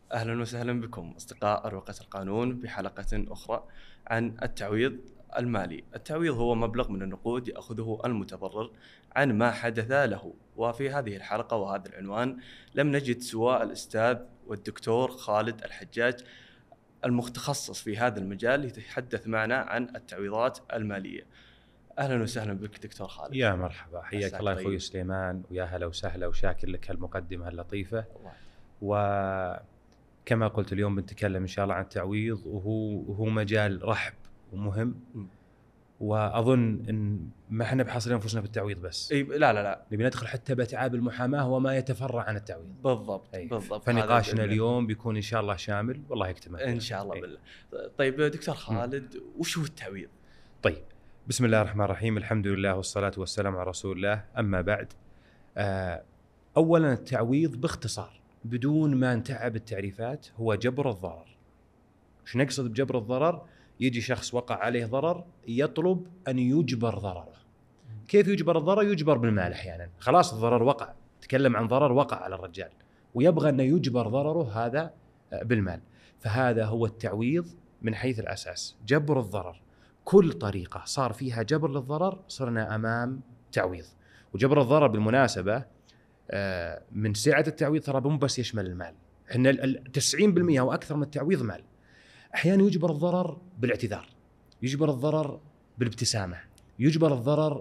أهلا وسهلا بكم أصدقاء أروقة القانون بحلقة أخرى عن التعويض المالي. التعويض هو مبلغ من النقود يأخذه المتضرر عن ما حدث له. وفي هذه الحلقة وهذا العنوان لم نجد سوى الأستاذ والدكتور خالد الحجاج المتخصص في هذا المجال ليتحدث معنا عن التعويضات المالية. أهلا وسهلا بك دكتور خالد. يا مرحبا، حياك الله أخوي سليمان، ويا هلا وسهلا، وشاكر لك هالمقدمة اللطيفة. وكما قلت اليوم بنتكلم إن شاء الله عن التعويض، وهو مجال رحب ومهم. وأظن إن ما احنا بحاصرين أنفسنا في التعويض بس. لا نبي ندخل حتى بأتعاب المحاماة وما يتفرع عن التعويض. بالضبط. فنقاشنا اليوم بيكون إن شاء الله شامل، والله يكتمل إن شاء الله بالله. طيب دكتور خالد، وش هو التعويض؟ طيب، بسم الله الرحمن الرحيم، الحمد لله والصلاة والسلام على رسول الله، أما بعد. أولا التعويض باختصار بدون ما نتعب التعريفات هو جبر الضرر. وش نقصد بجبر الضرر؟ يجي شخص وقع عليه ضرر يطلب أن يجبر ضرره. كيف يجبر الضرر؟ يجبر بالمال أحيانا. خلاص الضرر وقع، تكلم عن ضرر وقع على الرجال ويبغى أن يجبر ضرره هذا بالمال. فهذا هو التعويض من حيث الأساس، جبر الضرر. كل طريقة صار فيها جبر للضرر صرنا أمام تعويض. وجبر الضرر بالمناسبة من سعة التعويض ترى مو بس يشمل المال. إحنا 90% أو أكثر من التعويض مال. أحيانا يجبر الضرر بالاعتذار، يجبر الضرر بالابتسامة، يجبر الضرر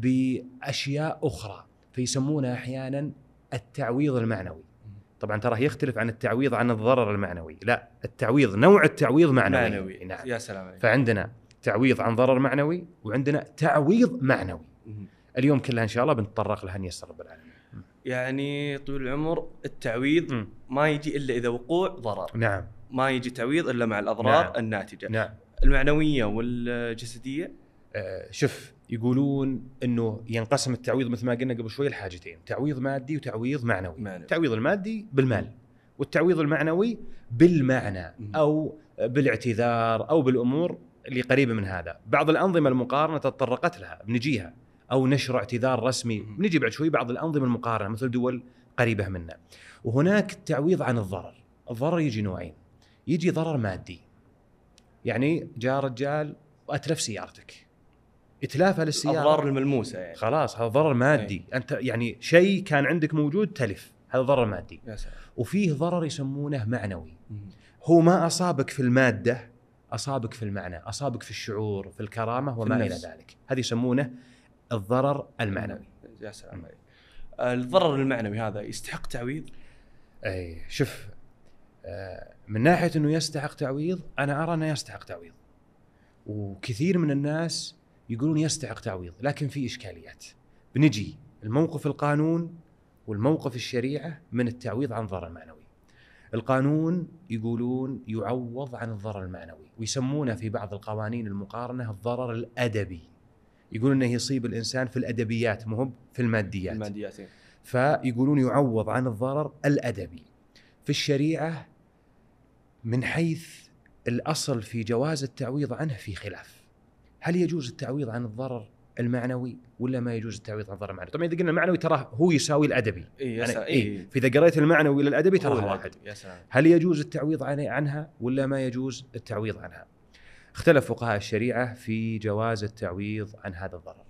بأشياء أخرى، فيسمونه أحيانا التعويض المعنوي. طبعا ترى يختلف عن التعويض عن الضرر المعنوي. لا، التعويض نوع التعويض معنوي. نعم. يا سلام عليك. فعندنا تعويض عن ضرر معنوي وعندنا تعويض معنوي. اليوم كلها إن شاء الله بنتطرق لها يسر رب العالمين. يعني طول العمر التعويض ما يجي إلا إذا وقوع ضرر. نعم. ما يجي تعويض إلا مع الأضرار الناتجة. نعم. المعنوية والجسدية. شوف، يقولون إنه ينقسم التعويض مثل ما قلنا قبل شوي لحاجتين: تعويض مادي وتعويض معنوي. التعويض المادي بالمال، والتعويض المعنوي بالمعنى أو بالاعتذار أو بالأمور اللي قريبة من هذا. بعض الأنظمة المقارنة تطرقت لها، بنجيها، أو نشر اعتذار رسمي، بنجي بعد شوي بعض الأنظمة المقارنة مثل دول قريبة منا. وهناك التعويض عن الضرر. الضرر يجي نوعين: يجي ضرر مادي، يعني جاء رجال وأتلف سيارتك، إتلافها للسيارة، الضرر الملموسة يعني. خلاص هذا ضرر مادي. أنت يعني شيء كان عندك موجود تلف، هذا ضرر مادي. وفيه ضرر يسمونه معنوي. هو ما أصابك في المادة، أصابك في المعنى، أصابك في الشعور، في الكرامة وما إلى ذلك. هذا يسمونه الضرر المعنوي. يا سلام عليك. الضرر المعنوي هذا يستحق تعويض؟ أي شوف، من ناحية أنه يستحق تعويض، أنا أرى أنه يستحق تعويض. وكثير من الناس يقولون يستحق تعويض، لكن في إشكاليات. بنجي الموقف القانون والموقف الشريعة من التعويض عن ضرر معنوي. القانون يقولون يعوض عن الضرر المعنوي، ويسمونه في بعض القوانين المقارنة الضرر الأدبي. يقولون أنه يصيب الإنسان في الأدبيات مو في الماديات. فيقولون يعوض عن الضرر الأدبي. في الشريعة من حيث الأصل في جواز التعويض عنه في خلاف. هل يجوز التعويض عن الضرر المعنوي ولا ما يجوز التعويض عن الضرر المعنوي؟ طبعا إذا قلنا المعنوي ترى هو يساوي الأدبي. فإذا قريت المعنوي إلى الأدبي ترى واحد. هل يجوز التعويض عنها ولا ما يجوز التعويض عنها؟ اختلف فقهاء الشريعة في جواز التعويض عن هذا الضرر،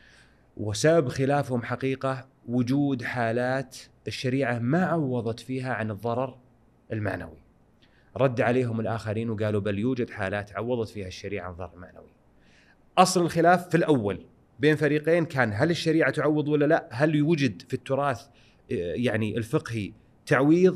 وسبب خلافهم حقيقة وجود حالات الشريعة ما عوضت فيها عن الضرر المعنوي. رد عليهم الآخرين وقالوا بل يوجد حالات عوضت فيها الشريعة عن ضرر معنوي. أصل الخلاف في الأول بين فريقين كان هل الشريعة تعوض ولا لا، هل يوجد في التراث يعني الفقهي تعويض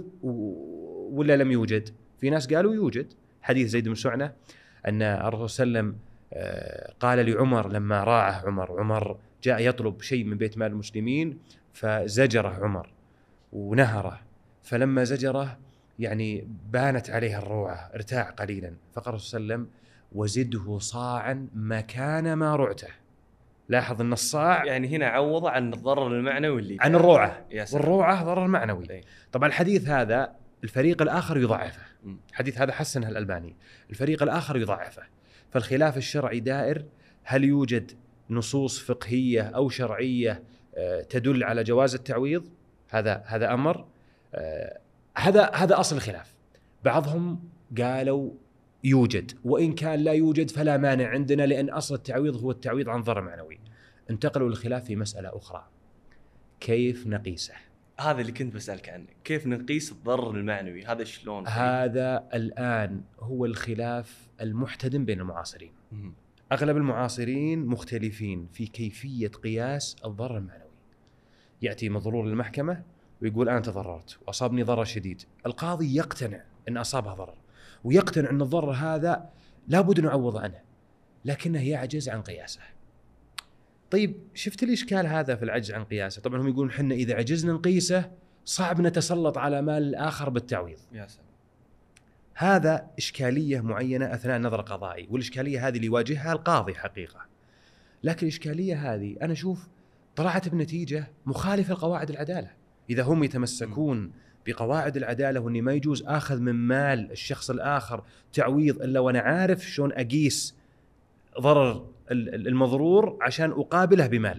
ولا لم يوجد. في ناس قالوا يوجد. حديث زيد بن سعنة أن الرسول صلى الله عليه وسلم قال لعمر لما راعه عمر جاء يطلب شيء من بيت مال المسلمين فزجره عمر ونهره، فلما زجره يعني بانت عليه الروعة، ارتاع قليلا، فقال الرسول صلى الله عليه وسلم وزده صاعا مكان ما رعته. لاحظ أن الصاع يعني هنا عوض عن الضرر المعنوي اللي عن الروعة، والروعة ضرر معنوي. طبعا الحديث هذا الفريق الآخر يضعفه، الحديث هذا حسنه الألباني، الفريق الآخر يضعفه. فالخلاف الشرعي دائر، هل يوجد نصوص فقهية أو شرعية تدل على جواز التعويض؟ هذا أمر، هذا أصل الخلاف. بعضهم قالوا يوجد، وإن كان لا يوجد فلا مانع عندنا، لأن أصل التعويض هو التعويض عن ضرر معنوي. انتقلوا للخلاف في مسألة أخرى، كيف نقيسه؟ هذا اللي كنت بسألك عنه، كيف نقيس الضرر المعنوي؟ هذا شلون؟ هذا الآن هو الخلاف المحتدم بين المعاصرين. أغلب المعاصرين مختلفين في كيفية قياس الضرر المعنوي. يأتي مضرور للمحكمة ويقول أنا تضررت وأصابني ضرر شديد، القاضي يقتنع أن أصابه ضرر ويقتنع أن الضرر هذا لابد نعوض عنه، لكنه يعجز عن قياسه. طيب شفت الإشكال هذا في العجز عن قياسه؟ طبعا هم يقولون حنا إذا عجزنا نقيسه صعب نتسلط على مال الآخر بالتعويض. يا سلام. هذا إشكالية معينة أثناء النظر القضائي، والإشكالية هذه اللي يواجهها القاضي حقيقة. لكن الإشكالية هذه أنا أشوف طلعت بنتيجة مخالفة لقواعد العدالة. إذا هم يتمسكون بقواعد العدالة وإني ما يجوز آخذ من مال الشخص الآخر تعويض إلا وأنا عارف شلون أقيس ضرر المضرور عشان أقابله بمال،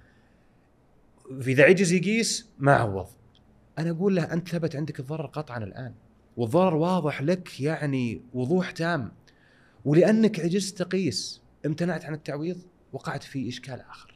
إذا عجز يقيس ما عوض. أنا أقول له أنت ثبت عندك الضرر قطعا الآن، والضرر واضح لك يعني وضوح تام، ولأنك عجزت تقيس امتنعت عن التعويض وقعت في إشكال آخر.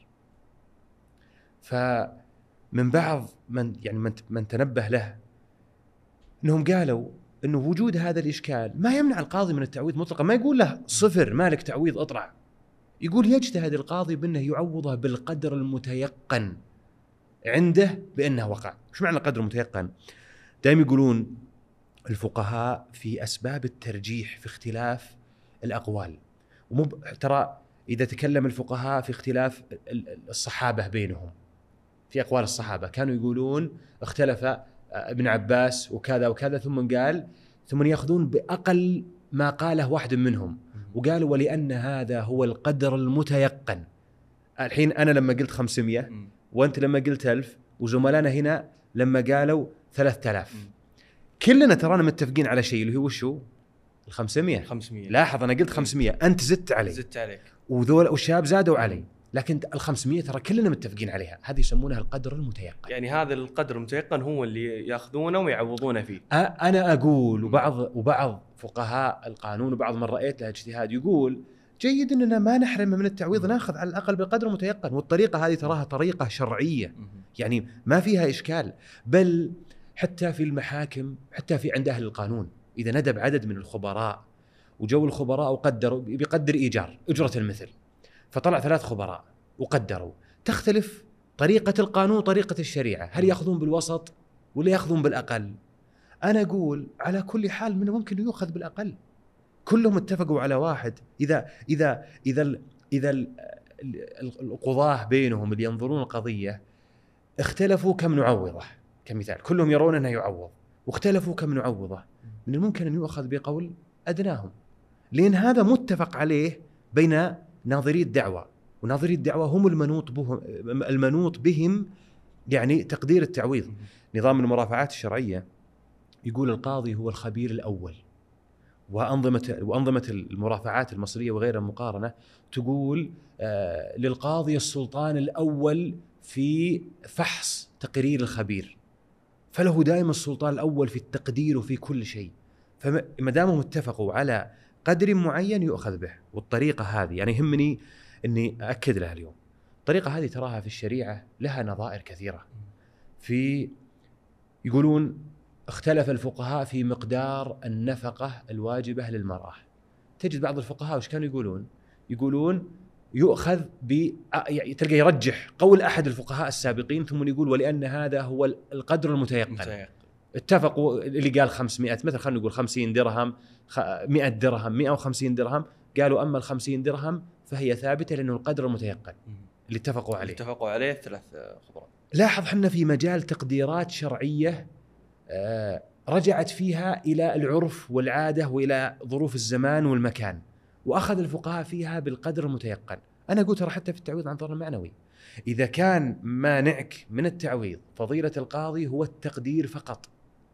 فمن بعض من تنبه له أنهم قالوا أنه وجود هذا الإشكال ما يمنع القاضي من التعويض مطلقا، ما يقول له صفر مالك تعويض اطلع، يقول يجتهد القاضي بأنه يعوضه بالقدر المتيقن عنده بأنه وقع. وش معنى القدر المتيقن؟ دائما يقولون الفقهاء في أسباب الترجيح في اختلاف الأقوال، ترى إذا تكلم الفقهاء في اختلاف الصحابة بينهم في أقوال الصحابة، كانوا يقولون اختلف ابن عباس وكذا وكذا، ثم يأخذون بأقل ما قاله واحد منهم وقالوا ولأن هذا هو القدر المتيقن. الحين أنا لما قلت 500 وأنت لما قلت 1000 وزملائنا هنا لما قالوا 3000، كلنا ترانا متفقين على شيء اللي هو شو؟ 500. لاحظ أنا قلت 500 أنت زدت عليك وذول والشاب زادوا علي، لكن 500 ترى كلنا متفقين عليها. هذه يسمونها القدر المتيقن. يعني هذا القدر المتيقن هو اللي ياخذونه ويعوضونه فيه. أنا أقول وبعض فقهاء القانون وبعض من رأيت له اجتهاد يقول جيد أننا ما نحرم من التعويض، ناخذ على الأقل بالقدر المتيقن، والطريقة هذه تراها طريقة شرعية يعني ما فيها إشكال. بل حتى في المحاكم، حتى في عند أهل القانون، إذا ندب عدد من الخبراء وجو الخبراء وقدروا بيقدر أجرة المثل، فطلع 3 خبراء وقدروا، تختلف طريقة القانون وطريقة الشريعة، هل يأخذون بالوسط ولا يأخذون بالأقل؟ أنا أقول على كل حال منه ممكن يؤخذ بالأقل. كلهم اتفقوا على واحد. إذا القضاة بينهم اللي ينظرون القضية اختلفوا كم نعوضه كمثال، كلهم يرون أنه يعوض واختلفوا كم نعوضه، من الممكن أن يؤخذ بقول أدناهم، لأن هذا متفق عليه بين ناظري الدعوة، وناظري الدعوة هم المنوط بهم يعني تقدير التعويض. نظام المرافعات الشرعية يقول القاضي هو الخبير الأول، وأنظمة المرافعات المصرية وغيرها المقارنة تقول للقاضي السلطان الأول في فحص تقرير الخبير، فله دائما السلطان الأول في التقدير وفي كل شيء. فما دامهم اتفقوا على قدر معين يؤخذ به. والطريقة هذه يعني يهمني أني أأكد لها اليوم، الطريقة هذه تراها في الشريعة لها نظائر كثيرة. يقولون اختلف الفقهاء في مقدار النفقة الواجبة للمرأة. تجد بعض الفقهاء وش كانوا يقولون يؤخذ تلقى يرجح قول أحد الفقهاء السابقين ثم يقول ولأن هذا هو القدر المتيقن. اتفقوا اللي قال 500 مثلا، خلينا نقول 50 درهم 100 درهم 150 درهم، قالوا أما 50 درهم فهي ثابتة لأنه القدر المتيقن اللي اتفقوا عليه 3 خبراء. لاحظ حنا في مجال تقديرات شرعية رجعت فيها إلى العرف والعادة وإلى ظروف الزمان والمكان، وأخذ الفقهاء فيها بالقدر المتيقن. أنا قلت ترى حتى في التعويض عن ضرر معنوي إذا كان مانعك من التعويض فضيلة القاضي هو التقدير فقط،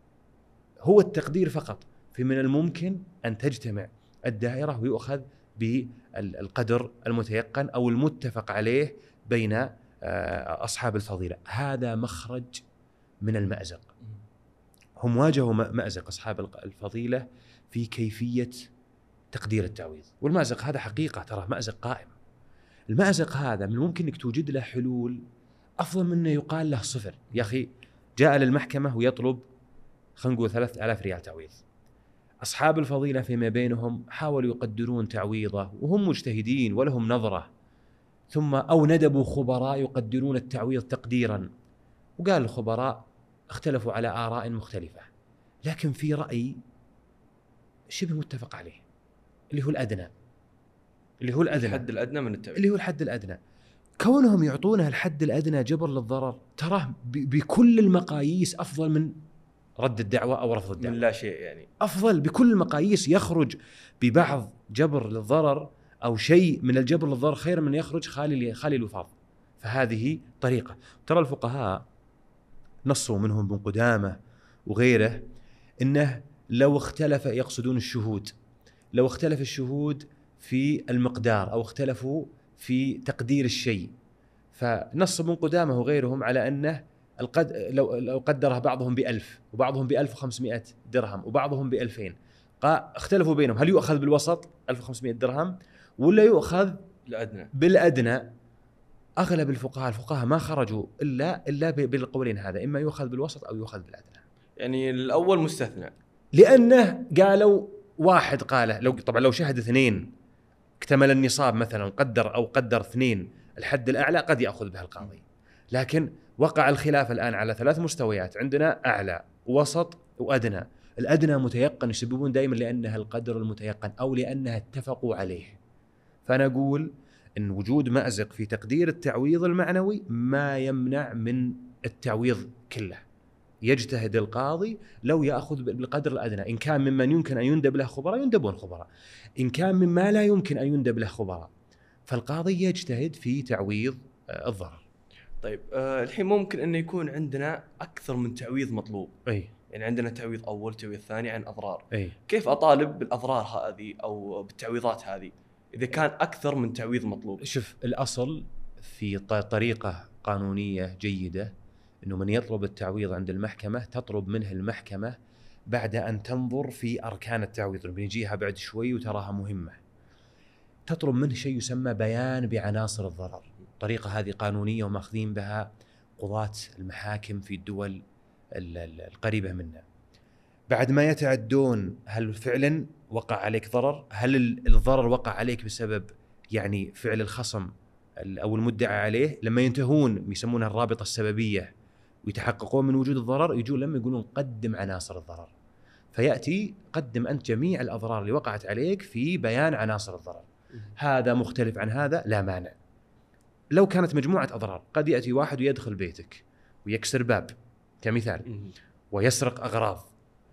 فمن الممكن أن تجتمع الدائرة ويؤخذ بالقدر المتيقن أو المتفق عليه بين أصحاب الفضيلة. هذا مخرج من المأزق. هم واجهوا مأزق أصحاب الفضيلة في كيفية تقدير التعويض، والمأزق هذا حقيقة، ترى مأزق قائم. المأزق هذا من الممكن أنك توجد له حلول أفضل من أنه يقال له صفر. يا أخي جاء للمحكمة ويطلب خلينا نقول 3000 ريال تعويض، أصحاب الفضيلة فيما بينهم حاولوا يقدرون تعويضه وهم مجتهدين ولهم نظرة، ثم أو ندبوا خبراء يقدرون التعويض تقديرا، وقال الخبراء اختلفوا على آراء مختلفة، لكن في رأي شبه متفق عليه اللي هو الأدنى، الحد الأدنى من التعويض، اللي هو الحد الأدنى. كونهم يعطونه الحد الأدنى جبر للضرر تراه بكل المقاييس أفضل من رد الدعوة أو رفض الدعوة، من لا شيء يعني، أفضل بكل المقاييس. يخرج ببعض جبر للضرر أو شيء من الجبر للضرر خير من يخرج خالي الوفاض. فهذه طريقة. ترى الفقهاء نصوا منهم ابن قدامة وغيره إنه لو اختلف، يقصدون الشهود، لو اختلف الشهود في المقدار أو اختلفوا في تقدير الشيء، فنص ابن قدامة وغيرهم على أنه لو قدره بعضهم ب1000 وبعضهم ب1500 درهم وبعضهم ب2000، اختلفوا بينهم هل يؤخذ بالوسط 1500 درهم ولا يؤخذ بالأدنى. أغلب الفقهاء ما خرجوا إلا بالقولين هذا، إما يؤخذ بالوسط أو يؤخذ بالأدنى. يعني الأول مستثنى، لأنه قالوا واحد قاله لو شهد 2 اكتمل النصاب مثلا قدر 2 الحد الأعلى قد يأخذ به القاضي، لكن وقع الخلاف الآن على 3 مستويات، عندنا أعلى وسط وأدنى. الأدنى متيقن، يسببون دائما لأنها القدر المتيقن أو لأنها اتفقوا عليه. فأنا أقول إن وجود مأزق في تقدير التعويض المعنوي ما يمنع من التعويض كله. يجتهد القاضي لو يأخذ بالقدر الأدنى، إن كان ممن يمكن أن يندب له خبراء يندبون خبراء، إن كان مما لا يمكن أن يندب له خبراء فالقاضي يجتهد في تعويض الضرر. طيب الحين ممكن أن يكون عندنا أكثر من تعويض مطلوب، يعني عندنا تعويض أول تعويض ثاني عن أضرار، كيف أطالب بالأضرار هذه أو بالتعويضات هذه إذا كان أكثر من تعويض مطلوب؟ شوف، الأصل في طريقة قانونية جيدة أنه من يطلب التعويض عند المحكمة تطلب منه المحكمة بعد أن تنظر في أركان التعويض، بنجيها بعد شوي وتراها مهمة، تطلب منه شيء يسمى بيان بعناصر الضرر. طريقة هذه قانونية وماخذين بها قضاة المحاكم في الدول القريبة منا. بعد ما يتعدون هل فعلا وقع عليك ضرر، هل الضرر وقع عليك بسبب يعني فعل الخصم أو المدعى عليه، لما ينتهون يسمونها الرابطة السببية ويتحققون من وجود الضرر يجون لما يقولون قدم عناصر الضرر، فيأتي قدم أنت جميع الأضرار اللي وقعت عليك في بيان عناصر الضرر. هذا مختلف عن هذا لا مانع. لو كانت مجموعة أضرار، قد يأتي واحد ويدخل بيتك ويكسر باب كمثال ويسرق أغراض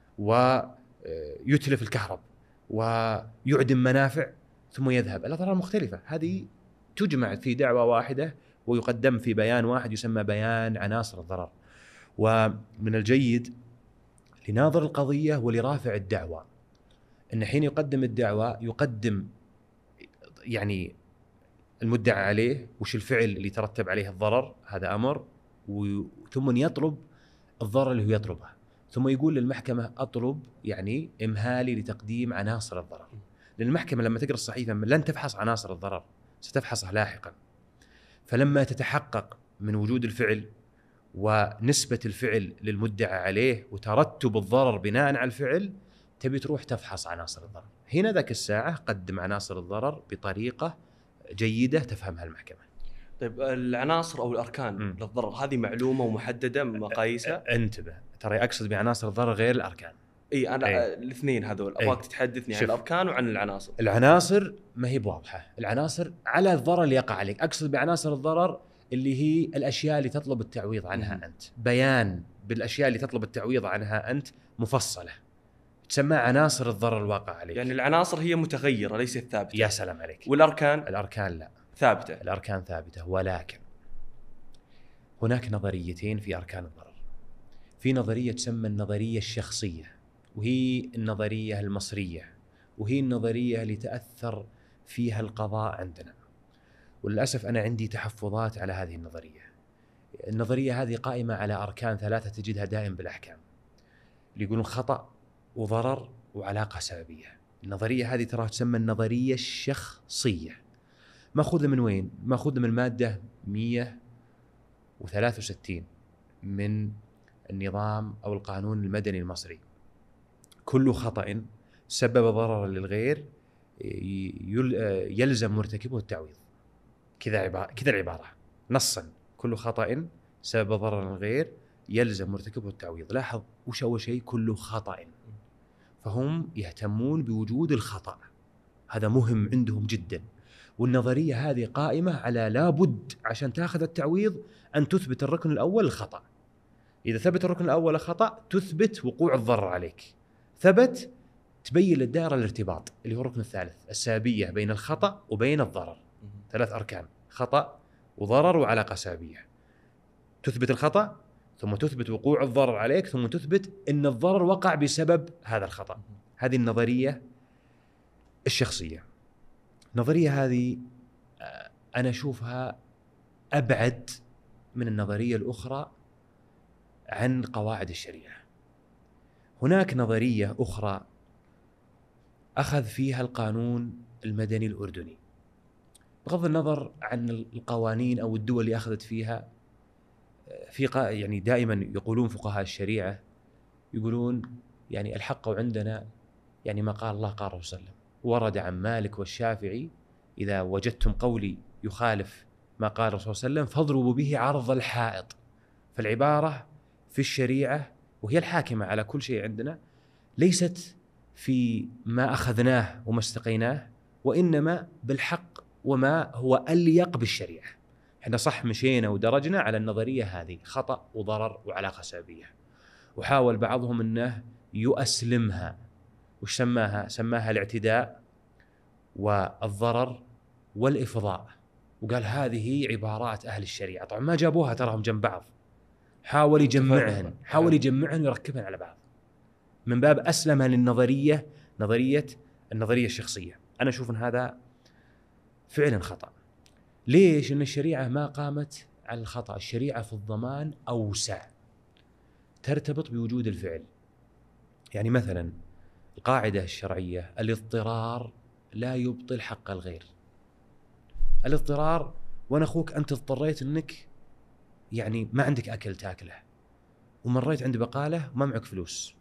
ويتلف الكهرب ويعدم منافع ثم يذهب، الأضرار مختلفة، هذه تجمع في دعوة واحدة ويقدم في بيان واحد يسمى بيان عناصر الضرر. ومن الجيد لناظر القضية ولرافع الدعوة أن حين يقدم الدعوة يقدم يعني المدعى عليه وش الفعل اللي ترتب عليه الضرر، هذا أمر، ثم يطلب الضرر اللي هو يطلبه، ثم يقول للمحكمة أطلب يعني إمهالي لتقديم عناصر الضرر. لأن المحكمة لما تقرأ الصحيفة لن تفحص عناصر الضرر، ستفحصه لاحقا. فلما تتحقق من وجود الفعل ونسبة الفعل للمدعى عليه وترتب الضرر بناء على الفعل، تبي تروح تفحص عناصر الضرر. هنا ذاك الساعة قدم عناصر الضرر بطريقة جيدة تفهمها المحكمة. طيب العناصر أو الأركان للضرر هذه معلومة ومحددة مقاييسها؟ انتبه، ترى أقصد بعناصر الضرر غير الأركان. أنا الاثنين هذول أبغاك تتحدثني عن الأركان وعن العناصر. العناصر ما هي بواضحة، العناصر على الضرر اللي يقع عليك. أقصد بعناصر الضرر اللي هي الأشياء اللي تطلب التعويض عنها أنت، بيان بالأشياء اللي تطلب التعويض عنها أنت مفصلة، تسمى عناصر الضرر الواقع عليك. يعني العناصر هي متغيرة ليست ثابتة. يا سلام عليك. والأركان؟ الأركان لا ثابتة. الأركان ثابتة، ولكن هناك نظريتين في أركان الضرر. في نظرية تسمى النظرية الشخصية، وهي النظرية المصرية، وهي النظرية اللي تأثر فيها القضاء عندنا. وللأسف أنا عندي تحفظات على هذه النظرية. النظرية هذه قائمة على أركان 3 تجدها دائم بالأحكام. اللي يقولون خطأ وضرر وعلاقة سببية. النظرية هذه ترى تسمى النظرية الشخصية. ماخوذة من وين؟ ماخوذة من المادة 163 من النظام أو القانون المدني المصري. كل خطأ سبب ضررا للغير يلزم مرتكبه التعويض. كذا العبارة نصا، كل خطأ سبب ضررا للغير يلزم مرتكبه التعويض. لاحظ وش أول شيء؟ كل خطأ. فهم يهتمون بوجود الخطأ، هذا مهم عندهم جدا. والنظرية هذه قائمة على لابد عشان تأخذ التعويض أن تثبت الركن الأول الخطأ. إذا ثبت الركن الأول خطأ تثبت وقوع الضرر عليك. ثبت تبين للدائرة الارتباط اللي هو الركن الثالث، السببية بين الخطأ وبين الضرر. 3 أركان: خطأ وضرر وعلاقة سببية. تثبت الخطأ، ثم تثبت وقوع الضرر عليك، ثم تثبت أن الضرر وقع بسبب هذا الخطأ. هذه النظرية الشخصية. النظرية هذه أنا أشوفها أبعد من النظرية الأخرى عن قواعد الشريعة. هناك نظرية أخرى أخذ فيها القانون المدني الأردني، بغض النظر عن القوانين أو الدول اللي أخذت فيها. يعني دائما يقولون فقهاء الشريعة يقولون يعني الحق عندنا يعني ما قال الله قال الرسول صلى الله عليه وسلم. ورد عن مالك والشافعي: إذا وجدتم قولي يخالف ما قال الرسول صلى الله عليه وسلم فاضربوا به عرض الحائط. فالعبارة في الشريعة وهي الحاكمة على كل شيء عندنا ليست في ما أخذناه وما استقيناه، وإنما بالحق وما هو أليق بالشريعة. احنا صح مشينا ودرجنا على النظرية هذه، خطأ وضرر وعلاقة سببية. وحاول بعضهم أنه يؤسلمها. وش سماها؟ سماها الاعتداء والضرر والإفضاء، وقال هذه عبارات أهل الشريعة. طبعا ما جابوها تراهم جنب بعض، حاول يجمعهن ويركبهن على بعض من باب أسلمها للنظرية، النظرية الشخصية. أنا أشوف أن هذا فعلا خطأ. ليش؟ أن الشريعة ما قامت على الخطأ. الشريعة في الضمان أوسع، ترتبط بوجود الفعل. يعني مثلا القاعدة الشرعية: الاضطرار لا يبطل حق الغير. الاضطرار، وأنا أخوك أنت اضطريت أنك يعني ما عندك أكل تأكله، ومريت عند بقالة وما معك فلوس،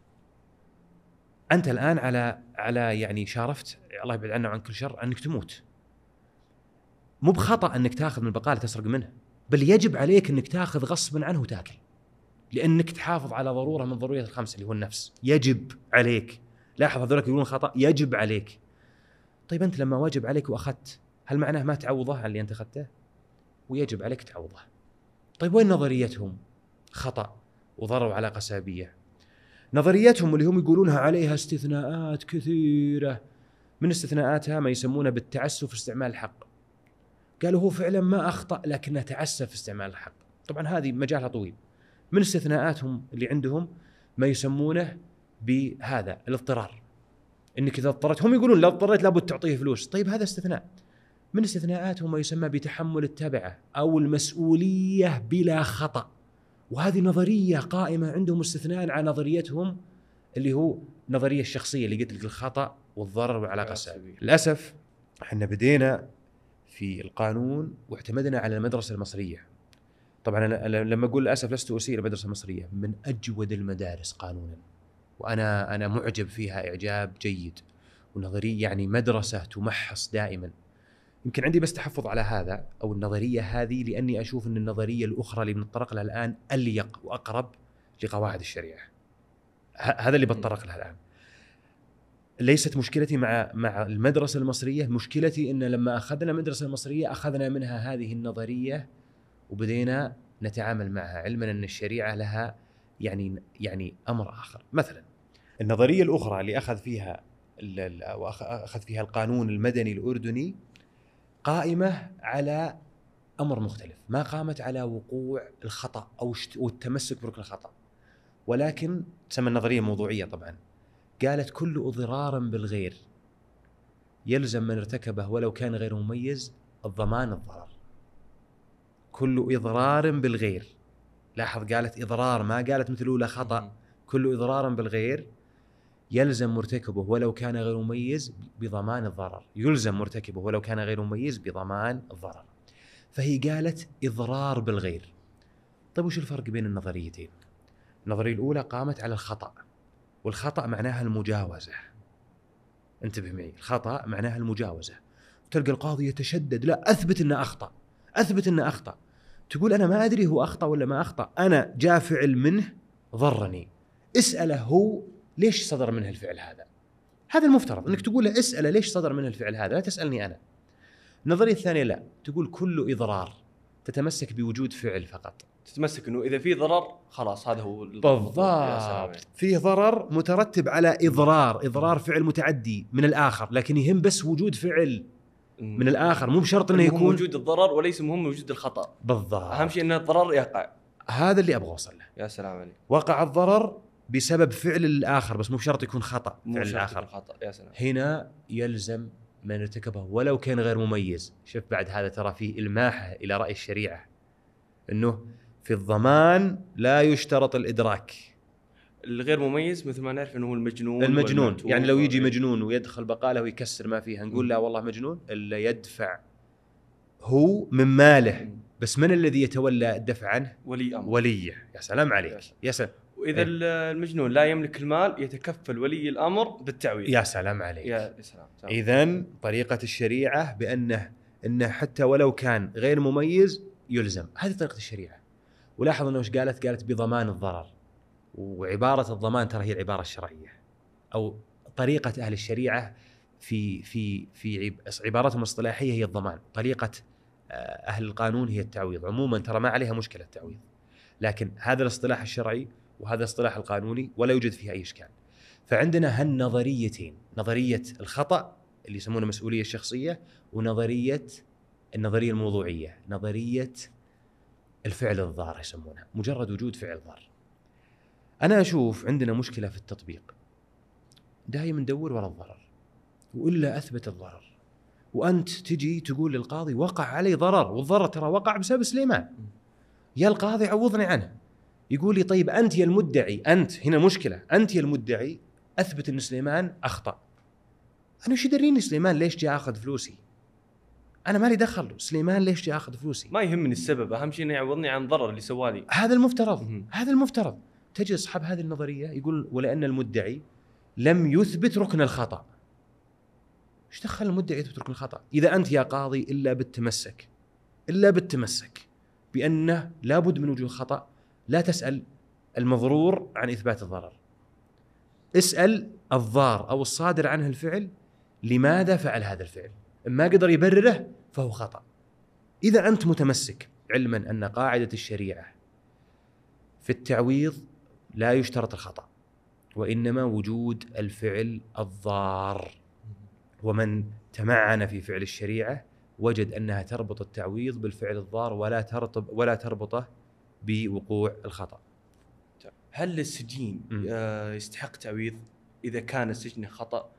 أنت الآن على يعني شارفت، الله يبعد عنا وعن كل شر، أنك تموت. مو بخطأ أنك تأخذ من البقالة تسرق منه، بل يجب عليك أنك تأخذ غصبا عنه وتأكل، لأنك تحافظ على ضرورة من ضروريات الخمس اللي هو النفس. يجب عليك. لاحظ هذولك يقولون خطأ، يجب عليك. طيب أنت لما واجب عليك وأخذت، هل معناه ما تعوضه على اللي أنت أخذته؟ ويجب عليك تعوضه. طيب وين نظريتهم؟ خطأ وضرر وعلاقة سببية. نظريتهم اللي هم يقولونها عليها استثناءات كثيرة، من استثناءاتها ما يسمونه بالتعسف في استعمال الحق. قالوا هو فعلا ما أخطأ لكنه تعسف في استعمال الحق. طبعا هذه مجالها طويل. من استثناءاتهم اللي عندهم ما يسمونه بهذا الاضطرار، انك اذا اضطريت، هم يقولون لا اضطريت لابد تعطيه فلوس. طيب هذا استثناء. من استثناءاتهم ما يسمى بتحمل التبعة او المسؤولية بلا خطأ، وهذه نظرية قائمة عندهم استثناء عن نظريتهم اللي هو نظرية الشخصية اللي قلت لك الخطأ والضرر والعلاقة السببية. للأسف احنا بدينا في القانون واعتمدنا على المدرسة المصرية. طبعا أنا لما أقول للأسف لست أسير المدرسة المصرية، من أجود المدارس قانونا، وأنا معجب فيها إعجاب جيد، ونظرية يعني مدرسة تمحص دائما. يمكن عندي بس تحفظ على هذا أو النظرية هذه، لأني أشوف أن النظرية الأخرى اللي بنتطرق لها الآن أليق وأقرب لقواعد الشريعة. هذا اللي بتطرق لها الآن. ليست مشكلتي مع المدرسة المصرية، مشكلتي أن لما أخذنا المدرسة المصرية أخذنا منها هذه النظرية وبدينا نتعامل معها، علما أن الشريعة لها يعني أمر آخر. مثلا النظرية الأخرى اللي أخذ فيها القانون المدني الأردني قائمة على أمر مختلف، ما قامت على وقوع الخطأ أو التمسك بركن الخطأ، ولكن تسمى النظرية موضوعية. طبعا قالت كل إضرار بالغير يلزم من ارتكبه ولو كان غير مميز الضمان الضرر. كل إضرار بالغير، لاحظ قالت إضرار، ما قالت مثل أولى خطأ. كل إضرار بالغير يلزم مرتكبه ولو كان غير مميز بضمان الضرر، يلزم مرتكبه ولو كان غير مميز بضمان الضرر. فهي قالت إضرار بالغير. طيب وش الفرق بين النظريتين؟ النظرية الأولى قامت على الخطأ، والخطأ معناها المجاوزة. انتبه معي، الخطأ معناها المجاوزة. تلقى القاضي يتشدد، لا أثبت أنه أخطأ، أثبت أنه أخطأ. تقول أنا ما أدري هو أخطأ ولا ما أخطأ، أنا جاء فعل منه ضرني، اسأله هو ليش صدر منه الفعل هذا. هذا المفترض أنك تقول له اسأله ليش صدر منه الفعل هذا، لا تسألني أنا. النظرية الثانية لا، تقول كل إضرار، تتمسك بوجود فعل فقط، تتمسك انه اذا في ضرر خلاص هذا هو بالضبط. فيه ضرر مترتب على إضرار فعل متعدي من الآخر، لكن يهم بس وجود فعل من الآخر، مو بشرط أنه يكون وجود الضرر وليس مهم وجود الخطأ. بالضبط. أهم شيء أن الضرر يقع. هذا اللي أبغى أوصل له. يا سلام عليك. وقع الضرر بسبب فعل الآخر، بس مو بشرط يكون خطأ مو فعل شرط الآخر. يكون خطأ. يا سلام. هنا يلزم من ارتكبه ولو كان غير مميز. شوف بعد هذا ترى فيه إلماحة إلى رأي الشريعة أنه في الضمان لا يشترط الإدراك. الغير مميز مثل ما نعرف أنه هو المجنون يعني لو يجي مجنون ويدخل بقاله ويكسر ما فيها، نقول لا والله مجنون، إلا يدفع هو من ماله. بس من الذي يتولى الدفع عنه؟ ولي أمر. وليه. يا سلام عليك. يا سلام. وإذا المجنون لا يملك المال يتكفل ولي الأمر بالتعويض. يا سلام عليك. يا سلام. إذن طريقة الشريعة بأنه حتى ولو كان غير مميز يلزم. هذه طريقة الشريعة. ولاحظ أنه إيش قالت بضمان الضرر. وعبارة الضمان ترى هي العبارة الشرعية أو طريقة أهل الشريعة في عبارتهم الاصطلاحية هي الضمان. طريقة أهل القانون هي التعويض. عموما ترى ما عليها مشكلة التعويض، لكن هذا الاصطلاح الشرعي وهذا الاصطلاح القانوني ولا يوجد فيها أي إشكال. فعندنا هالنظريتين، نظرية الخطأ اللي يسمونها مسؤولية الشخصية، ونظرية النظرية الموضوعية، نظرية الفعل الضار يسمونها، مجرد وجود فعل ضار. أنا أشوف عندنا مشكلة في التطبيق، دائما ندور وراء الضرر وإلا أثبت الضرر، وأنت تجي تقول للقاضي وقع علي ضرر، والضرر ترى وقع بسبب سليمان، يا القاضي عوضني عنه. يقول لي طيب أنت يا المدعي، أنت هنا مشكلة، أنت يا المدعي أثبت أن سليمان أخطأ. أنا وش يدريني سليمان ليش جاء أخذ فلوسي؟ أنا مالي دخل سليمان ليش جاء أخذ فلوسي، ما يهمني السبب، أهم شيء إنه يعوضني عن ضرر اللي سوالي. هذا المفترض. هذا المفترض. تجي أصحاب هذه النظرية يقول ولأن المدعي لم يثبت ركن الخطأ. ايش دخل المدعي يثبت ركن الخطأ؟ إذا أنت يا قاضي إلا بالتمسك بأنه لابد من وجود خطأ، لا تسأل المضرور عن إثبات الضرر، اسأل الضار أو الصادر عنه الفعل لماذا فعل هذا الفعل. ما قدر يبرره فهو خطأ. إذا أنت متمسك علما أن قاعدة الشريعة في التعويض لا يشترط الخطأ وإنما وجود الفعل الضار، ومن تمعن في فعل الشريعة وجد أنها تربط التعويض بالفعل الضار ولا تربطه بوقوع الخطأ. هل السجين يستحق تعويض إذا كان السجن خطأ؟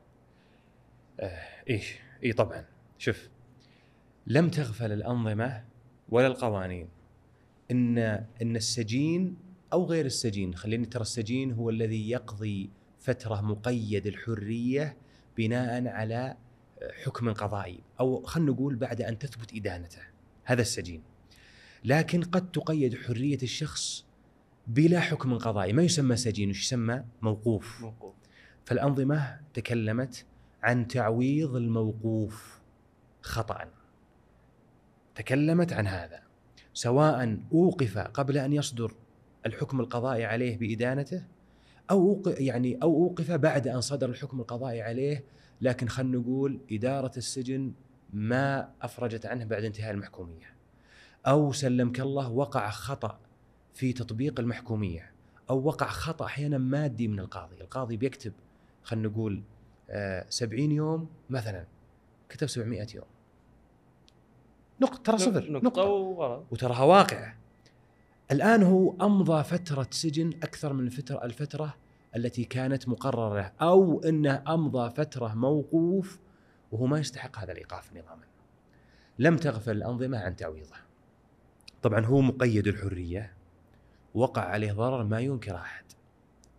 إيه طبعا. شوف، لم تغفل الأنظمة ولا القوانين إن السجين أو غير السجين، خليني ترى السجين هو الذي يقضي فترة مقيد الحرية بناء على حكم قضائي، أو خلنا نقول بعد أن تثبت إدانته، هذا السجين. لكن قد تقيد حرية الشخص بلا حكم قضائي، ما يسمى سجين، وش يسمى؟ موقوف. فالأنظمة تكلمت عن تعويض الموقوف خطأ، تكلمت عن هذا، سواء أوقف قبل أن يصدر الحكم القضائي عليه بإدانته أو أوقف بعد أن صدر الحكم القضائي عليه، لكن خلنا نقول إدارة السجن ما أفرجت عنه بعد انتهاء المحكومية، أو سلمك الله وقع خطأ في تطبيق المحكومية، أو وقع خطأ أحيانا مادي من القاضي بيكتب خلنا نقول 70 يوم مثلا، كتب 700 يوم، نقطة، ترى صفر، نقطة وتراها واقعة. الآن هو أمضى فترة سجن أكثر من الفترة التي كانت مقررة، أو إنه أمضى فترة موقوف وهو ما يستحق هذا الإيقاف نظاما. لم تغفل الأنظمة عن تعويضه. طبعا هو مقيد الحرية، وقع عليه ضرر ما ينكر أحد،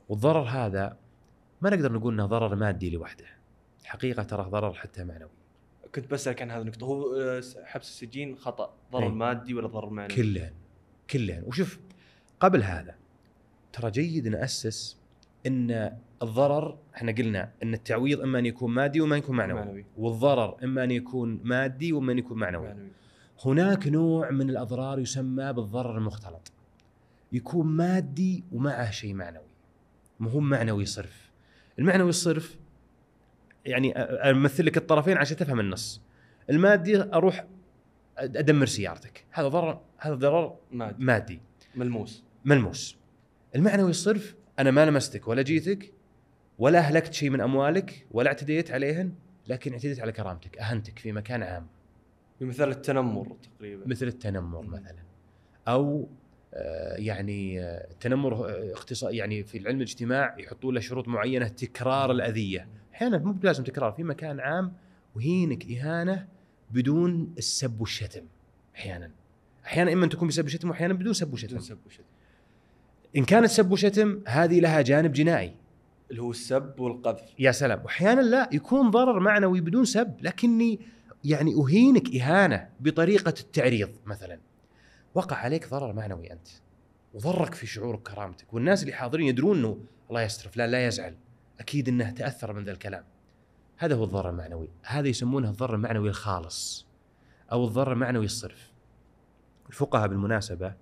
والضرر هذا ما نقدر نقول انه ضرر مادي لوحده، الحقيقه ترى ضرر حتى معنوي. كنت بسألك عن هذه النقطة، هو حبس السجين خطأ ضرر أي. مادي ولا ضرر معنوي؟ كلهن. وشوف قبل هذا ترى جيد نأسس ان الضرر، احنا قلنا ان التعويض اما ان يكون مادي وما يكون معنوي. والضرر اما ان يكون مادي واما ان يكون معنوي. هناك نوع من الاضرار يسمى بالضرر المختلط، يكون مادي ومعه شيء معنوي، مو معنوي صرف. المعنوي الصرف يعني امثل لك الطرفين عشان تفهم النص. المادي اروح ادمر سيارتك، هذا ضرر مادي ملموس. المعنوي الصرف انا ما لمستك ولا جيتك ولا اهلكت شيء من اموالك ولا اعتديت عليهن، لكن اعتديت على كرامتك، اهنتك في مكان عام، مثل التنمر تقريبا. مثل التنمر مثلا، او يعني التنمر اختصار، يعني في العلم الاجتماع يحطوا له شروط معينه، تكرار الاذيه، احيانا مو لازم تكرار، في مكان عام وهينك اهانه بدون السب والشتم، احيانا اما تكون بسب وشتم واحيانا بدون سب وشتم. ان كانت سب وشتم هذه لها جانب جنائي اللي هو السب والقذف، يا سلام. واحيانا لا، يكون ضرر معنوي بدون سب، لكني يعني اهينك اهانه بطريقه التعريض مثلا، وقع عليك ضرر معنوي انت وضرك في شعورك كرامتك، والناس اللي حاضرين يدرون انه الله يستر فلان لا يزعل، اكيد انه تاثر من ذا الكلام. هذا هو الضرر المعنوي، هذا يسمونه الضرر المعنوي الخالص او الضرر المعنوي الصرف. الفقهاء بالمناسبه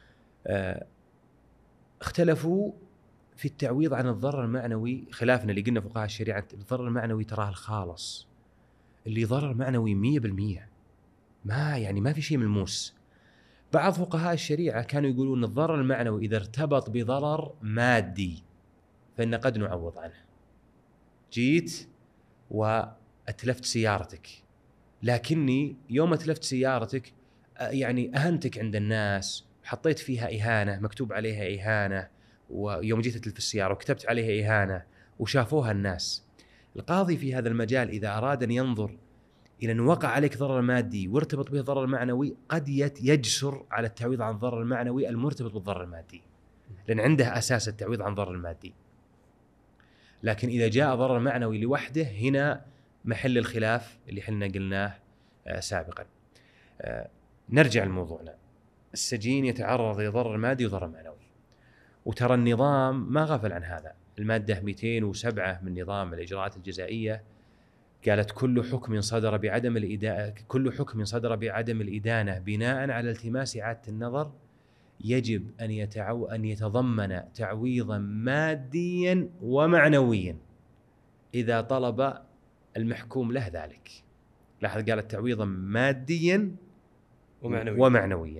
اختلفوا في التعويض عن الضرر المعنوي، خلافنا اللي قلنا فقهاء الشريعه الضرر المعنوي تراه الخالص، اللي ضرر معنوي 100%، ما في شيء ملموس. بعض فقهاء الشريعه كانوا يقولون الضرر المعنوي اذا ارتبط بضرر مادي فإن قد نعوض عنه. جيت وأتلفت سيارتك، لكني يوم أتلفت سيارتك يعني أهنتك عند الناس، حطيت فيها إهانة، مكتوب عليها إهانة، ويوم جيت أتلف السيارة وكتبت عليها إهانة وشافوها الناس. القاضي في هذا المجال إذا أراد أن ينظر إلى أن وقع عليك ضرر مادي وارتبط به ضرر معنوي، قد يجسر على التعويض عن الضرر المعنوي المرتبط بالضرر المادي، لأن عنده أساس التعويض عن الضرر المادي. لكن إذا جاء ضرر معنوي لوحده هنا محل الخلاف اللي حنا قلناه سابقا. نرجع لموضوعنا. السجين يتعرض لضرر مادي وضرر معنوي، وترى النظام ما غفل عن هذا. المادة 207 من نظام الإجراءات الجزائية قالت كل حكم صدر بعدم الإدانة بناء على التماس إعادة النظر يجب أن يتضمن تعويضا ماديا ومعنويا إذا طلب المحكوم له ذلك. لاحظ قالت تعويضا ماديا ومعنويا.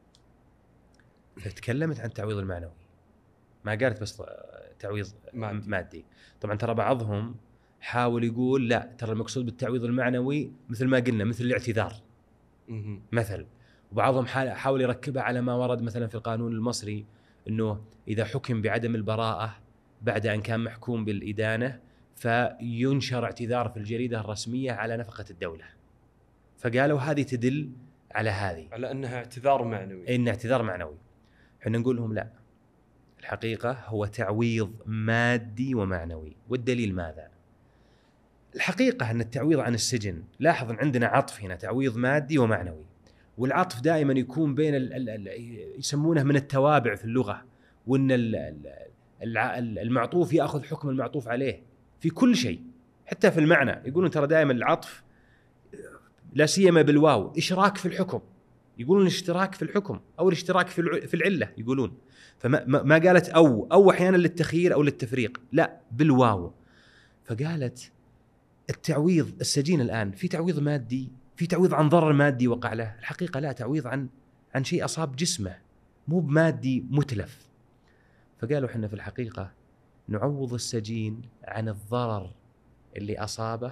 فتكلمت عن التعويض المعنوي، ما قالت بس تعويض مادي. طبعا ترى بعضهم حاول يقول لا، ترى المقصود بالتعويض المعنوي مثل ما قلنا مثل الاعتذار مثل، وبعضهم حاول يركبها على ما ورد مثلا في القانون المصري أنه إذا حكم بعدم البراءة بعد أن كان محكوم بالإدانة فينشر اعتذار في الجريدة الرسمية على نفقة الدولة. فقالوا هذه تدل على هذه، على أنها اعتذار معنوي، إن اعتذار معنوي. حنا نقول لهم لا، الحقيقة هو تعويض مادي ومعنوي. والدليل ماذا؟ الحقيقة أن التعويض عن السجن، لاحظ عندنا عطف هنا، تعويض مادي ومعنوي، والعطف دائما يكون بين يسمونه من التوابع في اللغة، وأن المعطوف يأخذ حكم المعطوف عليه في كل شيء، حتى في المعنى. يقولون ترى دائما العطف لا سيما بالواو إشراك في الحكم، يقولون الاشتراك في الحكم أو الاشتراك في العلة يقولون. فما قالت أو أحيانا للتخيير أو للتفريق، لا بالواو. فقالت التعويض السجين الآن في تعويض مادي، في تعويض عن ضرر مادي وقع له، الحقيقة لا، تعويض عن شيء أصاب جسمه، مو بمادي متلف. فقالوا حنا في الحقيقة نعوض السجين عن الضرر اللي أصابه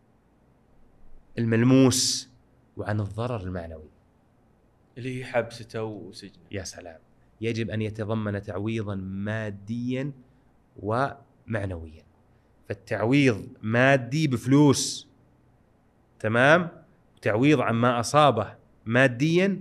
الملموس وعن الضرر المعنوي اللي هي حبسته وسجنه. يا سلام. يجب أن يتضمن تعويضا ماديا ومعنويا. فالتعويض مادي بفلوس، تمام، تعويض عن ما أصابه ماديا،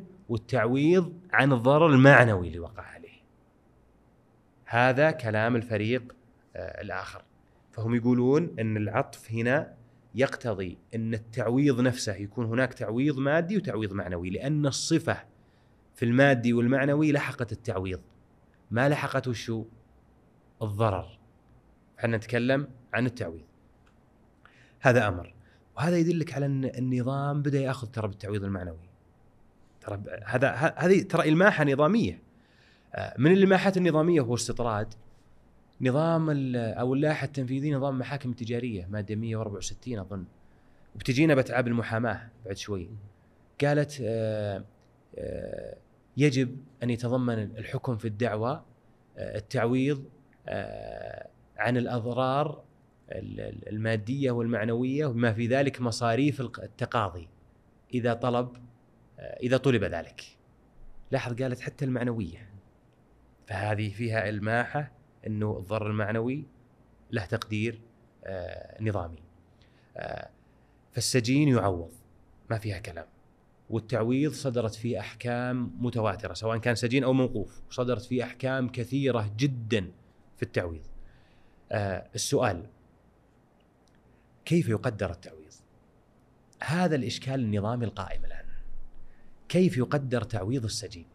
والتعويض عن الضرر المعنوي اللي وقع عليه. هذا كلام الفريق الآخر. فهم يقولون أن العطف هنا يقتضي أن التعويض نفسه يكون هناك تعويض مادي وتعويض معنوي، لأن الصفة في المادي والمعنوي لحقت التعويض، ما لحقته شو؟ الضرر. احنا نتكلم عن التعويض. هذا أمر، وهذا يدلك على أن النظام بدأ يأخذ ترى بالتعويض المعنوي. ترى هذه ترى إلماحة نظامية. من اللماحات النظامية هو استطراد نظام أو اللائحة التنفيذية، نظام المحاكم التجارية مادة 164 أظن، وبتجينا بتعاب المحاماة بعد شوي. قالت يجب أن يتضمن الحكم في الدعوة التعويض عن الأضرار المادية والمعنوية وما في ذلك مصاريف التقاضي إذا طلب ذلك. لاحظ قالت حتى المعنوية، فهذه فيها إلماحة أنه الضرر المعنوي له تقدير نظامي. فالسجين يعوض ما فيها كلام، والتعويض صدرت فيه أحكام متواترة سواء كان سجين أو موقوف، صدرت فيه أحكام كثيرة جدا في التعويض. السؤال كيف يقدر التعويض؟ هذا الإشكال النظامي القائم الآن. كيف يقدر تعويض السجين؟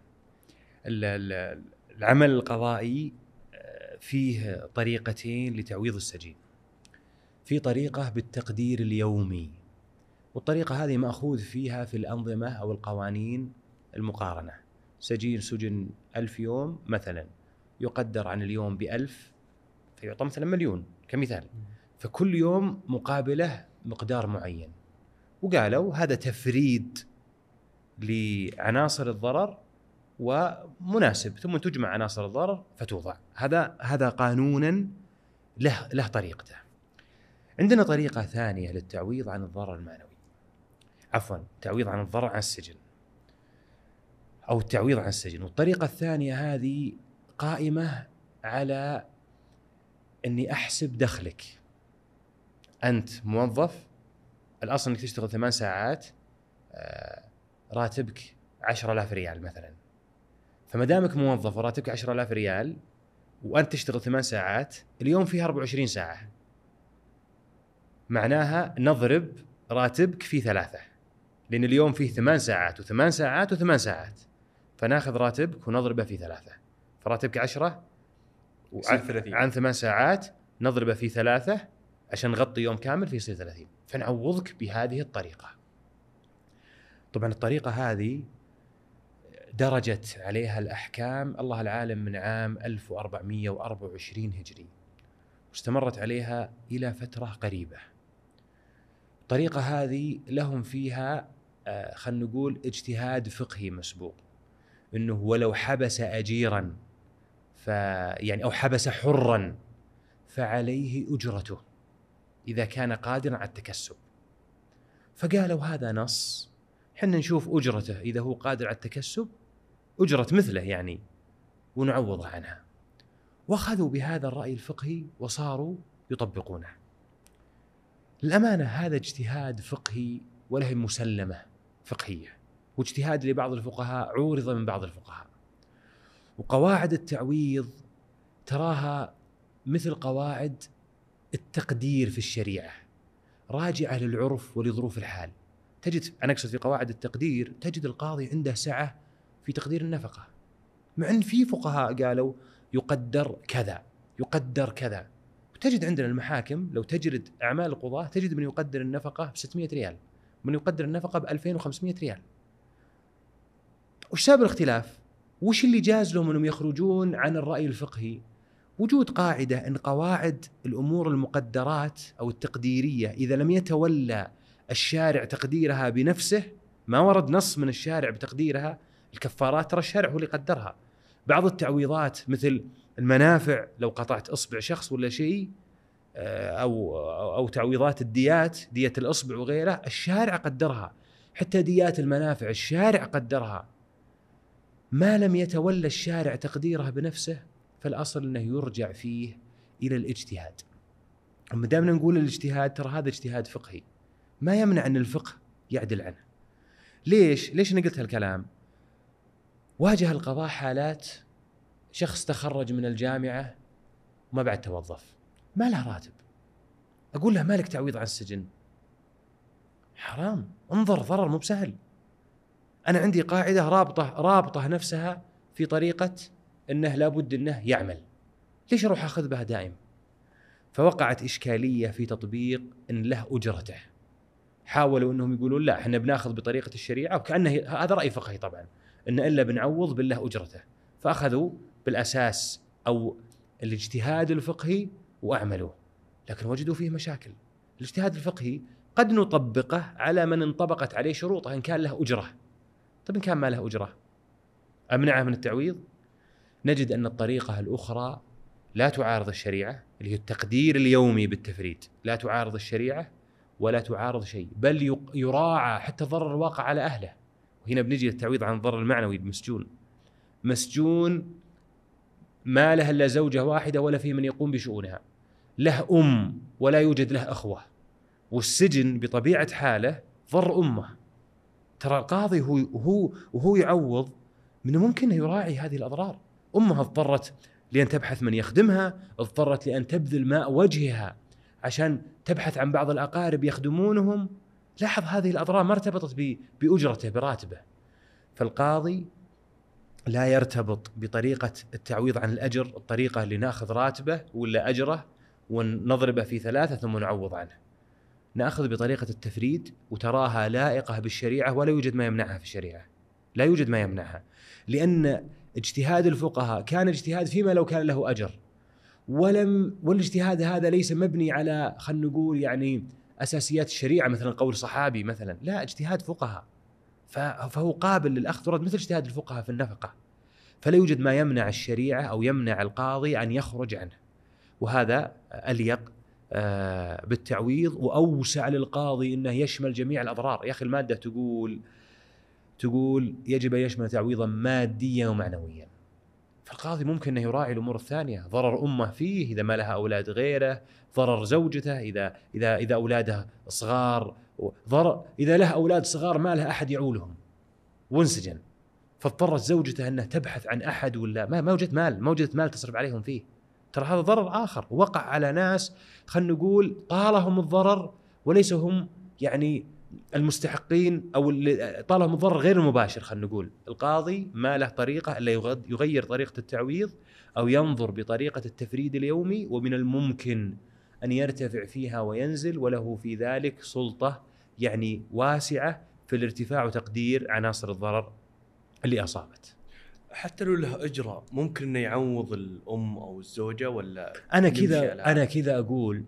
العمل القضائي فيه طريقتين لتعويض السجين. في طريقة بالتقدير اليومي، والطريقة هذه مأخوذ فيها في الأنظمة أو القوانين المقارنة. سجين سجن 1000 يوم مثلا، يقدر عن اليوم ب1000 فيعطى مثلا 1,000,000 كمثال، فكل يوم مقابله مقدار معين. وقالوا هذا تفريد لعناصر الضرر ومناسب، ثم تجمع عناصر الضرر فتوضع. هذا قانونا له طريقته. عندنا طريقة ثانية للتعويض عن الضرر المعنوي، تعويض عن الضرر عن السجن أو التعويض عن السجن. والطريقة الثانية هذه قائمة على أني أحسب دخلك. أنت موظف، الأصل أنك تشتغل 8 ساعات، راتبك 10,000 ريال مثلا. فمدامك موظف وراتبك 10,000 ريال وأنت تشتغل 8 ساعات، اليوم فيها 24 ساعة، معناها نضرب راتبك في 3، لأن اليوم فيه 8 ساعات و8 ساعات و8 ساعات، فناخذ راتبك ونضربه في 3. فراتبك 10 عن 8 ساعات نضربه في 3 عشان نغطي يوم كامل فيصير 30، فنعوضك بهذه الطريقة. طبعا الطريقة هذه درجت عليها الأحكام الله العالم من عام 1424 هجري، واستمرت عليها إلى فترة قريبة. الطريقة هذه لهم فيها خلنا نقول اجتهاد فقهي مسبوق، إنه ولو حبس أجيرا يعني أو حبس حرا فعليه أجرته إذا كان قادرا على التكسب. فقالوا هذا نص، حنا نشوف أجرته إذا هو قادر على التكسب أجرة مثله يعني ونعوضه عنها. وأخذوا بهذا الرأي الفقهي وصاروا يطبقونه. للأمانة هذا اجتهاد فقهي وله مسلمة فقهية، واجتهاد لبعض الفقهاء عورض من بعض الفقهاء. وقواعد التعويض تراها مثل قواعد التقدير في الشريعة، راجعة للعرف ولظروف الحال. أنا أقصد في قواعد التقدير تجد القاضي عنده سعة في تقدير النفقة، مع أن في فقهاء قالوا يقدر كذا يقدر كذا. وتجد عندنا المحاكم لو تجرد أعمال القضاة تجد من يقدر النفقة ب600 ريال، من يقدر النفقة ب2500 ريال. وش سبب الاختلاف؟ وش اللي جاز لهم أنهم يخرجون عن الرأي الفقهي؟ وجود قاعدة أن قواعد الأمور المقدرات أو التقديرية إذا لم يتولى الشارع تقديرها بنفسه، ما ورد نص من الشارع بتقديرها، الكفارات ترى الشارع هو اللي قدرها. بعض التعويضات مثل المنافع لو قطعت إصبع شخص ولا شيء، أو تعويضات الديات، دية الإصبع وغيرها، الشارع قدرها. حتى ديات المنافع الشارع قدرها. ما لم يتولى الشارع تقديرها بنفسه فالأصل أنه يرجع فيه إلى الاجتهاد. أما دامنا نقول الاجتهاد ترى هذا اجتهاد فقهي، ما يمنع أن الفقه يعدل عنه. ليش أنا قلت هالكلام؟ واجه القضاء حالات شخص تخرج من الجامعة وما بعد توظف، ما له راتب، أقول له مالك تعويض عن السجن؟ حرام، انظر ضرر مو بسهل. أنا عندي قاعدة رابطة نفسها في طريقة أنه لابد أنه يعمل، ليش أروح أخذ بها دائم؟ فوقعت إشكالية في تطبيق أن له أجرته. حاولوا أنهم يقولون لا احنا بناخذ بطريقة الشريعة، وكأنه هذا رأي فقهي طبعا، أن إلا بنعوض بالله أجرته، فأخذوا بالأساس أو الاجتهاد الفقهي وأعملوه، لكن وجدوا فيه مشاكل. الاجتهاد الفقهي قد نطبقه على من انطبقت عليه شروطه إن كان له أجرة. طيب إن كان ما له أجرة أمنعه من التعويض؟ نجد أن الطريقة الأخرى لا تعارض الشريعة، اللي هي التقدير اليومي بالتفريد، لا تعارض الشريعة ولا تعارض شيء، بل يراعى حتى الضرر الواقع على أهله. وهنا بنجي للتعويض عن الضرر المعنوي. المسجون ما له إلا زوجة واحدة ولا في من يقوم بشؤونها، له ولا يوجد له أخوة، والسجن بطبيعة حاله ضر أمه. ترى القاضي وهو يعوض من ممكن يراعي هذه الأضرار. أمها اضطرت لأن تبحث من يخدمها، اضطرت لأن تبذل ماء وجهها عشان تبحث عن بعض الأقارب يخدمونهم. لاحظ هذه الأضرار ما ارتبطت بأجرته براتبه. فالقاضي لا يرتبط بطريقة التعويض عن الأجر، الطريقة اللي نأخذ راتبه ولا أجره ونضربه في 3 ثم نعوض عنه. نأخذ بطريقة التفريد وتراها لائقة بالشريعة، ولا يوجد ما يمنعها في الشريعة، لا يوجد ما يمنعها، لأن اجتهاد الفقهاء كان اجتهاد فيما لو كان له أجر، والاجتهاد هذا ليس مبني على خلينا نقول يعني أساسيات الشريعة مثلا قول صحابي مثلا، لا، اجتهاد فقهاء، فهو قابل للأخذ والرد مثل اجتهاد الفقهاء في النفقة. فلا يوجد ما يمنع الشريعة أو يمنع القاضي أن يخرج عنه، وهذا أليق بالتعويض وأوسع للقاضي إنه يشمل جميع الأضرار. يا أخي المادة تقول يجب أن يشمل تعويضا ماديا ومعنويا، فالقاضي ممكن أنه يراعي الأمور الثانية، ضرر أمه فيه إذا ما لها أولاد غيره، ضرر زوجته إذا أولاده صغار، ضرر إذا له أولاد صغار ما له أحد يعولهم وانسجن، فاضطرت زوجته أنها تبحث عن أحد، ولا ما وجدت مال تصرف عليهم فيه. ترى هذا ضرر آخر وقع على ناس خلنا نقول طالهم الضرر وليسوا هم يعني المستحقين، أو طالهم الضرر غير المباشر. خلنا نقول القاضي ما له طريقة إلا يغير طريقة التعويض أو ينظر بطريقة التفريد اليومي، ومن الممكن أن يرتفع فيها وينزل، وله في ذلك سلطة يعني واسعة في الارتفاع وتقدير عناصر الضرر اللي أصابت. حتى لو له أجرة ممكن إنه يعوض الأم أو الزوجة، ولا أنا كذا أقول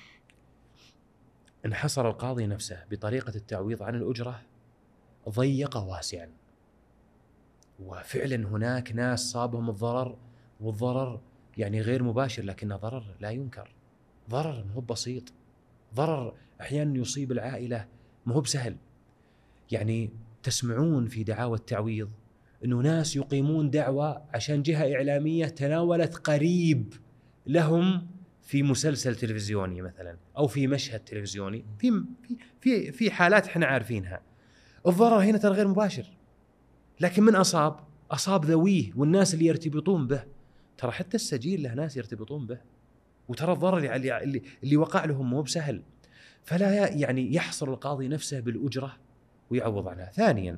إن حصر القاضي نفسه بطريقة التعويض عن الأجرة ضيق واسعا، وفعلا هناك ناس صابهم الضرر، والضرر يعني غير مباشر لكنه ضرر لا ينكر، ضرر مو بسيط، ضرر أحيانا يصيب العائلة مو بسهل. يعني تسمعون في دعاوى التعويض إنه ناس يقيمون دعوة عشان جهة إعلامية تناولت قريب لهم في مسلسل تلفزيوني مثلا أو في مشهد تلفزيوني، في حالات احنا عارفينها. الضرر هنا ترى غير مباشر، لكن من أصاب ذويه والناس اللي يرتبطون به. ترى حتى السجين له ناس يرتبطون به، وترى الضرر اللي وقع لهم مو بسهل. فلا يعني يحصر القاضي نفسه بالأجرة ويعوض عنها. ثانيا،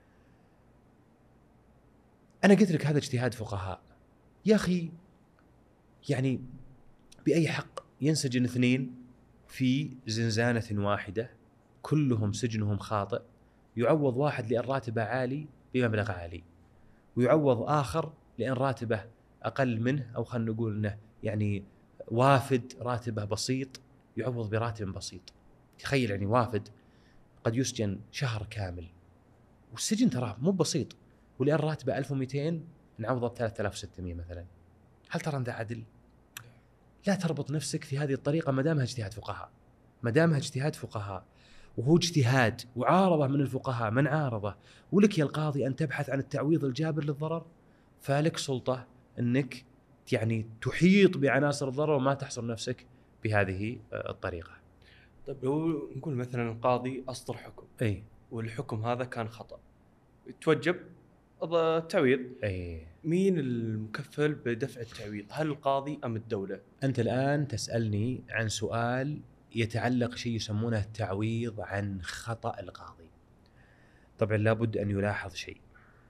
أنا قلت لك هذا اجتهاد فقهاء. يا أخي يعني بأي حق ينسجن 2 في زنزانة واحدة كلهم سجنهم خاطئ، يعوض واحد لأن راتبه عالي بمبلغ عالي، ويعوض آخر لأن راتبه أقل منه، أو خلنا نقول إنه يعني وافد راتبه بسيط يعوض براتب بسيط. تخيل يعني وافد قد يسجن شهر كامل، والسجن ترى مو بسيط، ولأن راتبه 1200 نعوضه ب 3600 مثلا. هل ترى ذا عدل؟ لا تربط نفسك في هذه الطريقة ما دامها اجتهاد فقهاء، وهو اجتهاد وعارضه من الفقهاء من عارضه، ولك يا القاضي أن تبحث عن التعويض الجابر للضرر، فلك سلطة أنك يعني تحيط بعناصر الضرر وما تحصر نفسك بهذه الطريقة. طيب لو نقول مثلا القاضي أصدر حكم، أي، والحكم هذا كان خطأ، يتوجب التعويض. أي. مين المكفل بدفع التعويض؟ هل القاضي ام الدوله؟ أنت الآن تسألني عن سؤال يتعلق شيء يسمونه التعويض عن خطأ القاضي. طبعا لابد أن يلاحظ شيء،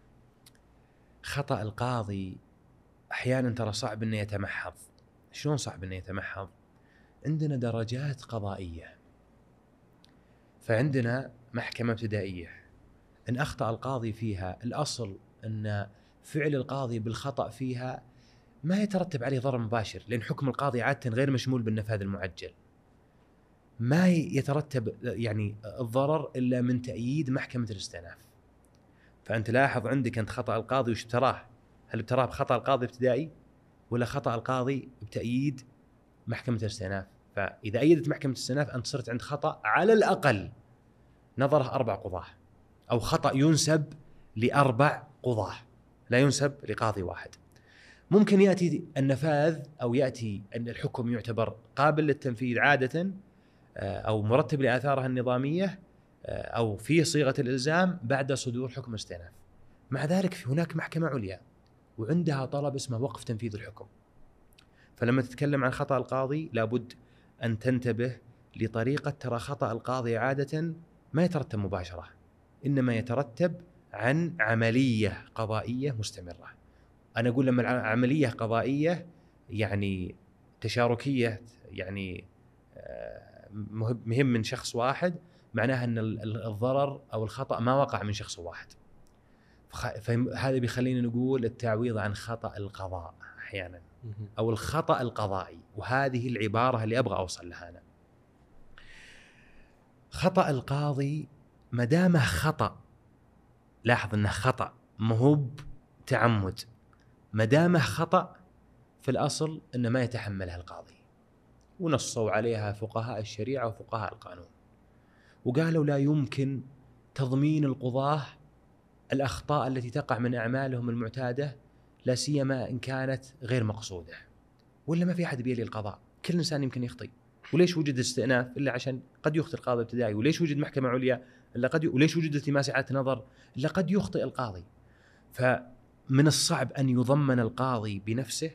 خطأ القاضي أحيانا ترى صعب أنه يتمحض. شلون صعب أنه يتمحض؟ عندنا درجات قضائية، فعندنا محكمة ابتدائية إن أخطأ القاضي فيها الأصل أن فعل القاضي بالخطأ فيها ما يترتب عليه ضرر مباشر، لأن حكم القاضي عادة غير مشمول بالنفاذ المعجل، ما يترتب يعني الضرر إلا من تأييد محكمة الاستئناف. فأنت لاحظ عندك أنت خطأ القاضي وش تراه؟ هل تراه بخطأ القاضي ابتدائي ولا خطأ القاضي بتأييد محكمة الاستئناف؟ فإذا أيدت محكمة الاستئناف أنت صرت عند خطأ على الأقل نظره 4 قضاة، أو خطأ ينسب ل4 قضاة لا ينسب لقاضي واحد. ممكن يأتي النفاذ أو يأتي أن الحكم يعتبر قابل للتنفيذ عادة أو مرتب لآثارها النظامية أو في صيغة الإلزام بعد صدور حكم استئناف. مع ذلك هناك محكمة عليا وعندها طلب اسمه وقف تنفيذ الحكم. فلما تتكلم عن خطأ القاضي لابد أن تنتبه لطريقة ترى خطأ القاضي عادة ما يترتب مباشرة، إنما يترتب عن عملية قضائية مستمرة. أنا أقول لما العملية قضائية يعني تشاركية، يعني مهم من شخص واحد، معناها أن الضرر أو الخطأ ما وقع من شخص واحد. فهذا بيخلينا نقول التعويض عن خطأ القضاء أحيانا أو الخطأ القضائي، وهذه العبارة اللي أبغى أوصل لها أنا. خطأ القاضي مدامه خطأ، لاحظ أنه خطأ مهب تعمد، مدامه خطأ في الأصل أنه ما يتحملها القاضي، ونصوا عليها فقهاء الشريعة وفقهاء القانون، وقالوا لا يمكن تضمين القضاة الأخطاء التي تقع من أعمالهم المعتادة، لا سيما إن كانت غير مقصودة، ولا ما في أحد بيلي القضاء، كل إنسان يمكن يخطئ. وليش وجد استئناف إلا عشان قد يخطئ القاضي الابتدائي؟ وليش وجد محكمة عليا إلا وليش وجد التماس إعادة نظر إلا قد يخطئ القاضي؟ فمن الصعب أن يضمن القاضي بنفسه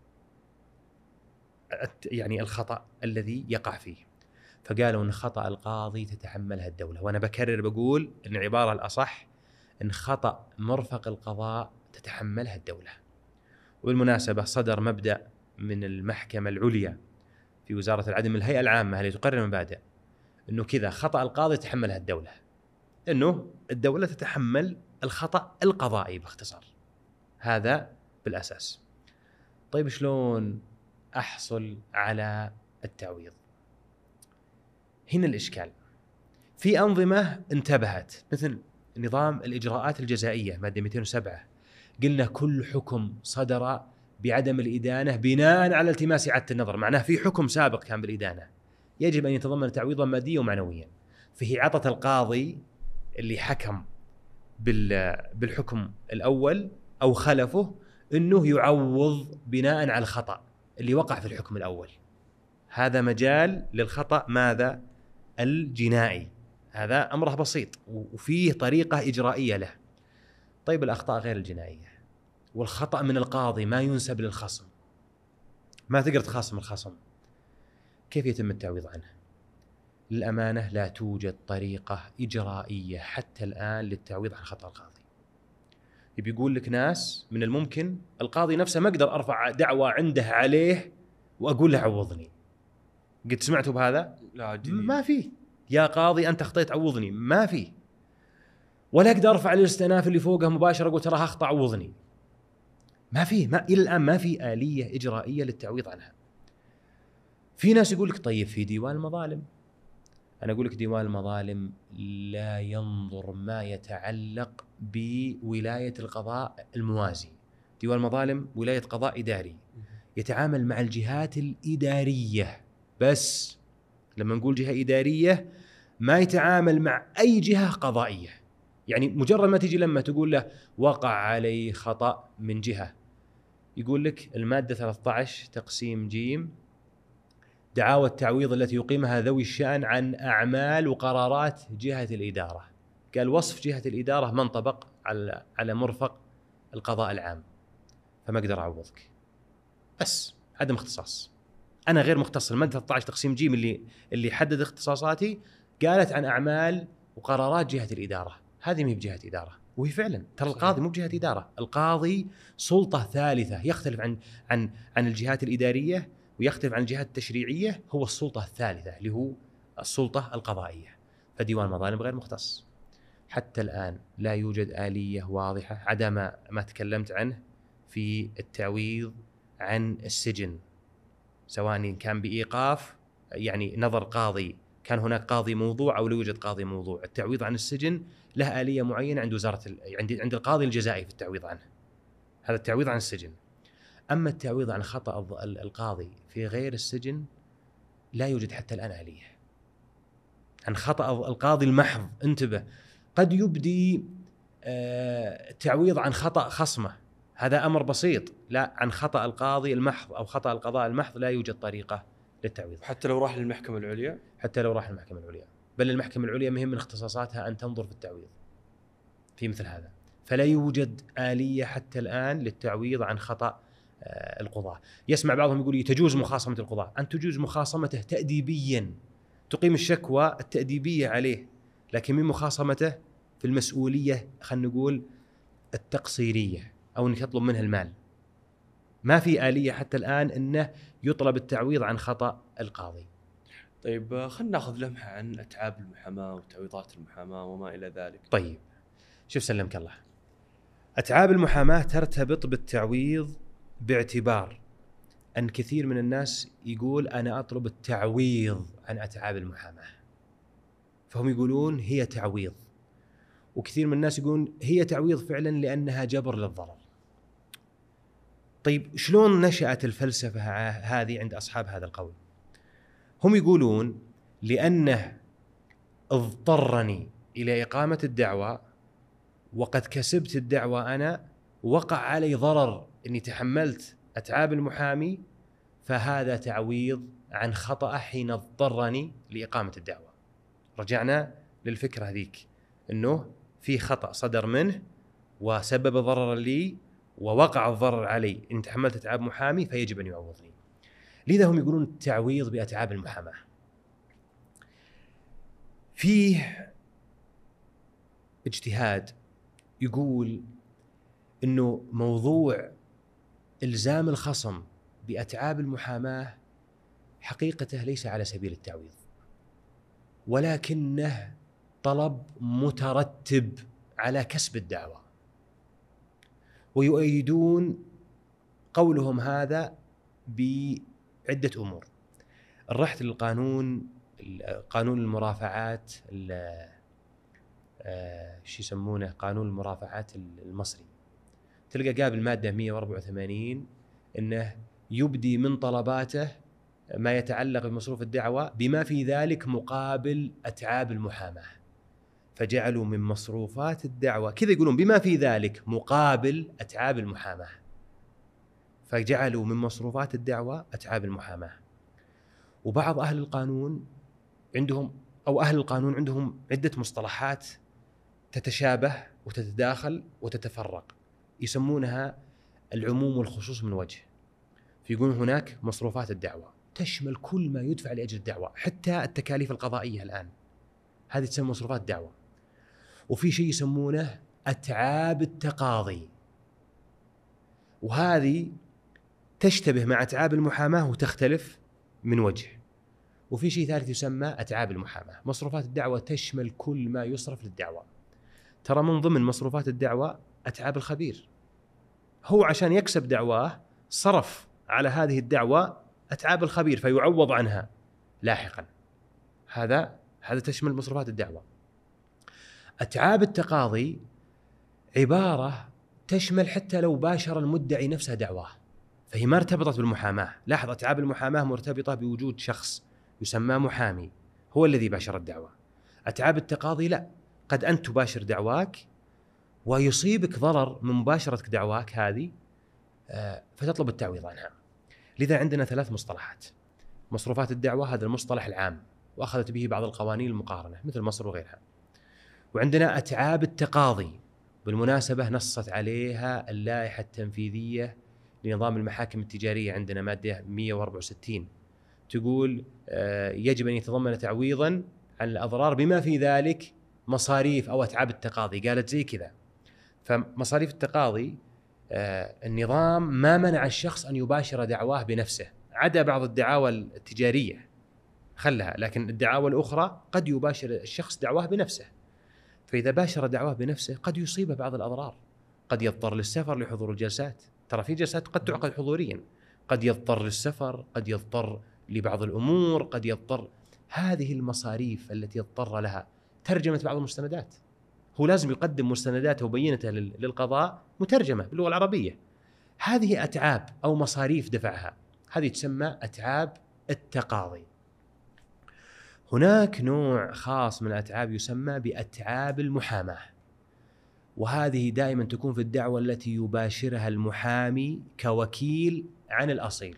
يعني الخطأ الذي يقع فيه. فقالوا أن خطأ القاضي تتحملها الدولة، وأنا بكرر بقول أن العبارة الأصح أن خطأ مرفق القضاء تتحملها الدولة. وبالمناسبة صدر مبدأ من المحكمة العليا في وزارة العدل من الهيئة العامة التي تقرر المبادئ أنه كذا خطأ القاضي تتحملها الدولة، أنه الدولة تتحمل الخطأ القضائي باختصار. هذا بالأساس. طيب شلون أحصل على التعويض؟ هنا الإشكال. في أنظمة انتبهت مثل نظام الإجراءات الجزائية مادة 207، قلنا كل حكم صدر بعدم الإدانة بناء على التماس إعادة النظر، معناه في حكم سابق كان بالإدانة يجب أن يتضمن تعويضا ماديا ومعنويا، فهي عطت القاضي اللي حكم بالحكم الأول أو خلفه أنه يعوض بناء على الخطأ اللي وقع في الحكم الأول. هذا مجال للخطأ ماذا؟ الجنائي. هذا أمره بسيط وفيه طريقة إجرائية له. طيب الأخطاء غير الجنائية والخطأ من القاضي ما ينسب للخصم، ما تقدر تخاصم الخصم، كيف يتم التعويض عنه؟ للأمانة لا توجد طريقة إجرائية حتى الآن للتعويض عن خطأ القاضي. يبي يقول لك ناس من الممكن القاضي نفسه ما أقدر أرفع دعوة عنده عليه وأقول له عوضني. قد سمعتوا بهذا؟ لا ما في. يا قاضي أنت أخطيت عوضني، ما في. ولا أقدر أرفع الاستئناف اللي فوقه مباشرة أقول ترى أخطأ عوضني، ما في. ما إلى الآن ما في آلية إجرائية للتعويض عنها. في ناس يقول لك طيب في ديوان المظالم. أنا أقول لك ديوان المظالم لا ينظر ما يتعلق بولاية القضاء الموازي. ديوان المظالم ولاية قضاء إداري يتعامل مع الجهات الإدارية بس. لما نقول جهة إدارية ما يتعامل مع أي جهة قضائية. يعني مجرد ما تيجي لما تقول له وقع علي خطأ من جهة، يقول لك المادة 13 تقسيم جيم دعاوى التعويض التي يقيمها ذوي الشأن عن أعمال وقرارات جهة الإدارة. قال وصف جهة الإدارة ما انطبق على مرفق القضاء العام فما أقدر أعوضك، بس عدم اختصاص. أنا غير مختص. المادة 13 تقسيم جيم اللي حدد اختصاصاتي قالت عن أعمال وقرارات جهة الإدارة، هذه ما هي بجهة إدارة. وهي فعلا ترى القاضي مو بجهة إدارة، القاضي سلطة ثالثة يختلف عن الجهات الإدارية ويختلف عن الجهات التشريعية. هو السلطة الثالثة اللي هو السلطة القضائية. فديوان المظالم غير مختص. حتى الآن لا يوجد آلية واضحة عدا ما تكلمت عنه في التعويض عن السجن، سواء كان بإيقاف يعني نظر قاضي، كان هناك قاضي موضوع أو لا يوجد قاضي موضوع. التعويض عن السجن له آلية معينة عند عند القاضي الجزائي في التعويض عنه، هذا التعويض عن السجن. أما التعويض عن خطأ القاضي في غير السجن لا يوجد حتى الآن آلية. عن خطأ القاضي المحض، انتبه، قد يبدي تعويض عن خطأ خصمه، هذا أمر بسيط. لا، عن خطأ القاضي المحض أو خطأ القضاء المحض لا يوجد طريقة للتعويض. حتى لو راح للمحكمة العليا؟ حتى لو راح للمحكمة العليا، بل المحكمة العليا مهم من اختصاصاتها أن تنظر في التعويض في مثل هذا. فلا يوجد آلية حتى الآن للتعويض عن خطأ القضاة. يسمع بعضهم يقول تجوز مخاصمة القضاة. أن تجوز مخاصمته تأديبيا، تقيم الشكوى التأديبية عليه، لكن من مخاصمته في المسؤولية خلينا نقول التقصيرية أو أنك تطلب منه المال. ما في آلية حتى الآن أنه يطلب التعويض عن خطأ القاضي. طيب خلنا ناخذ لمحة عن أتعاب المحاماة وتعويضات المحاماة وما إلى ذلك. طيب شوف سلمك الله، أتعاب المحاماة ترتبط بالتعويض باعتبار أن كثير من الناس يقول أنا أطلب التعويض عن أتعاب المحاماة، فهم يقولون هي تعويض، وكثير من الناس يقولون هي تعويض فعلا لأنها جبر للضرر. طيب شلون نشأت الفلسفة هذه عند أصحاب هذا القول؟ هم يقولون لأنه اضطرني إلى إقامة الدعوة وقد كسبت الدعوة أنا، وقع علي ضرر أني تحملت أتعاب المحامي، فهذا تعويض عن خطأ حين اضطرني لإقامة الدعوة. رجعنا للفكرة هذيك أنه في خطأ صدر منه وسبب ضرر لي ووقع الضرر علي إن تحملت أتعاب محامي فيجب أن يعوضني. لذا هم يقولون التعويض بأتعاب المحاماة. فيه اجتهاد يقول إنه موضوع إلزام الخصم بأتعاب المحاماة حقيقته ليس على سبيل التعويض، ولكنه طلب مترتب على كسب الدعوة. ويؤيدون قولهم هذا بعدة أمور. رحت للقانون، قانون المرافعات، شو يسمونه، قانون المرافعات المصري، تلقى قابل مادة 184 إنه يبدي من طلباته ما يتعلق بمصروف الدعوة بما في ذلك مقابل أتعاب المحاماة. فجعلوا من مصروفات الدعوة كذا، يقولون بما في ذلك مقابل أتعاب المحاماة، فجعلوا من مصروفات الدعوة أتعاب المحاماة. وبعض أهل القانون عندهم عدة مصطلحات تتشابه وتتداخل وتتفرق، يسمونها العموم والخصوص من وجه. فيقولون هناك مصروفات الدعوة تشمل كل ما يدفع لأجل الدعوة، حتى التكاليف القضائية الآن هذه تسمى مصروفات الدعوة. وفي شيء يسمونه أتعاب التقاضي، وهذه تشتبه مع أتعاب المحاماة وتختلف من وجه. وفي شيء ثالث يسمى أتعاب المحاماة. مصروفات الدعوة تشمل كل ما يصرف للدعوة. ترى من ضمن مصروفات الدعوة أتعاب الخبير، هو عشان يكسب دعواه صرف على هذه الدعوة أتعاب الخبير فيعوض عنها لاحقا. هذا تشمل مصروفات الدعوة. أتعاب التقاضي عبارة تشمل حتى لو باشر المدعي نفسه دعواه، فهي ما ارتبطت بالمحاماة. لاحظ، أتعاب المحاماة مرتبطة بوجود شخص يسمى محامي هو الذي باشر الدعوة. أتعاب التقاضي لا، قد أنت تباشر دعواك ويصيبك ضرر من مباشرتك دعواك هذه فتطلب التعويض عنها. لذا عندنا 3 مصطلحات. مصروفات الدعوة هذا المصطلح العام وأخذت به بعض القوانين المقارنة مثل مصر وغيرها. وعندنا أتعاب التقاضي بالمناسبة نصت عليها اللائحة التنفيذية لنظام المحاكم التجارية عندنا مادة 164 تقول يجب أن يتضمن تعويضا عن الأضرار بما في ذلك مصاريف أو أتعاب التقاضي، قالت زي كذا. فمصاريف التقاضي النظام ما منع الشخص أن يباشر دعواه بنفسه، عدا بعض الدعاوى التجارية خلها، لكن الدعاوى الأخرى قد يباشر الشخص دعواه بنفسه. فإذا باشر دعواه بنفسه قد يصيبه بعض الأضرار، قد يضطر للسفر لحضور الجلسات، ترى في جلسات قد تعقد حضوريا، قد يضطر للسفر، قد يضطر لبعض الأمور، قد يضطر. هذه المصاريف التي يضطر لها ترجمة بعض المستندات، هو لازم يقدم مستنداته وبينته للقضاء مترجمة باللغة العربية. هذه أتعاب أو مصاريف دفعها، هذه تسمى أتعاب التقاضي. هناك نوع خاص من الأتعاب يسمى بأتعاب المحاماة، وهذه دائما تكون في الدعوة التي يباشرها المحامي كوكيل عن الأصيل.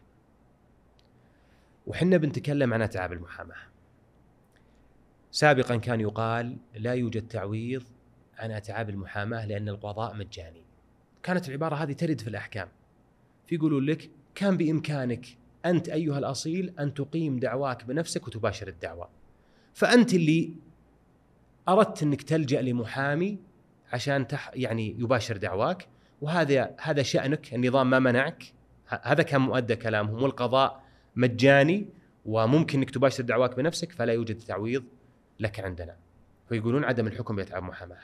وحنا بنتكلم عن أتعاب المحاماة. سابقا كان يقال لا يوجد تعويض عن أتعاب المحاماة لأن القضاء مجاني، كانت العبارة هذه ترد في الأحكام، فيقولون لك كان بإمكانك أنت أيها الأصيل أن تقيم دعواك بنفسك وتباشر الدعوة، فأنت اللي أردت أنك تلجأ لمحامي عشان يعني يباشر دعواك، وهذا شأنك، النظام ما منعك. هذا كان مؤدى كلامهم، والقضاء مجاني وممكن أنك تباشر دعواك بنفسك، فلا يوجد تعويض لك عندنا. فيقولون عدم الحكم بأتعاب محاماة.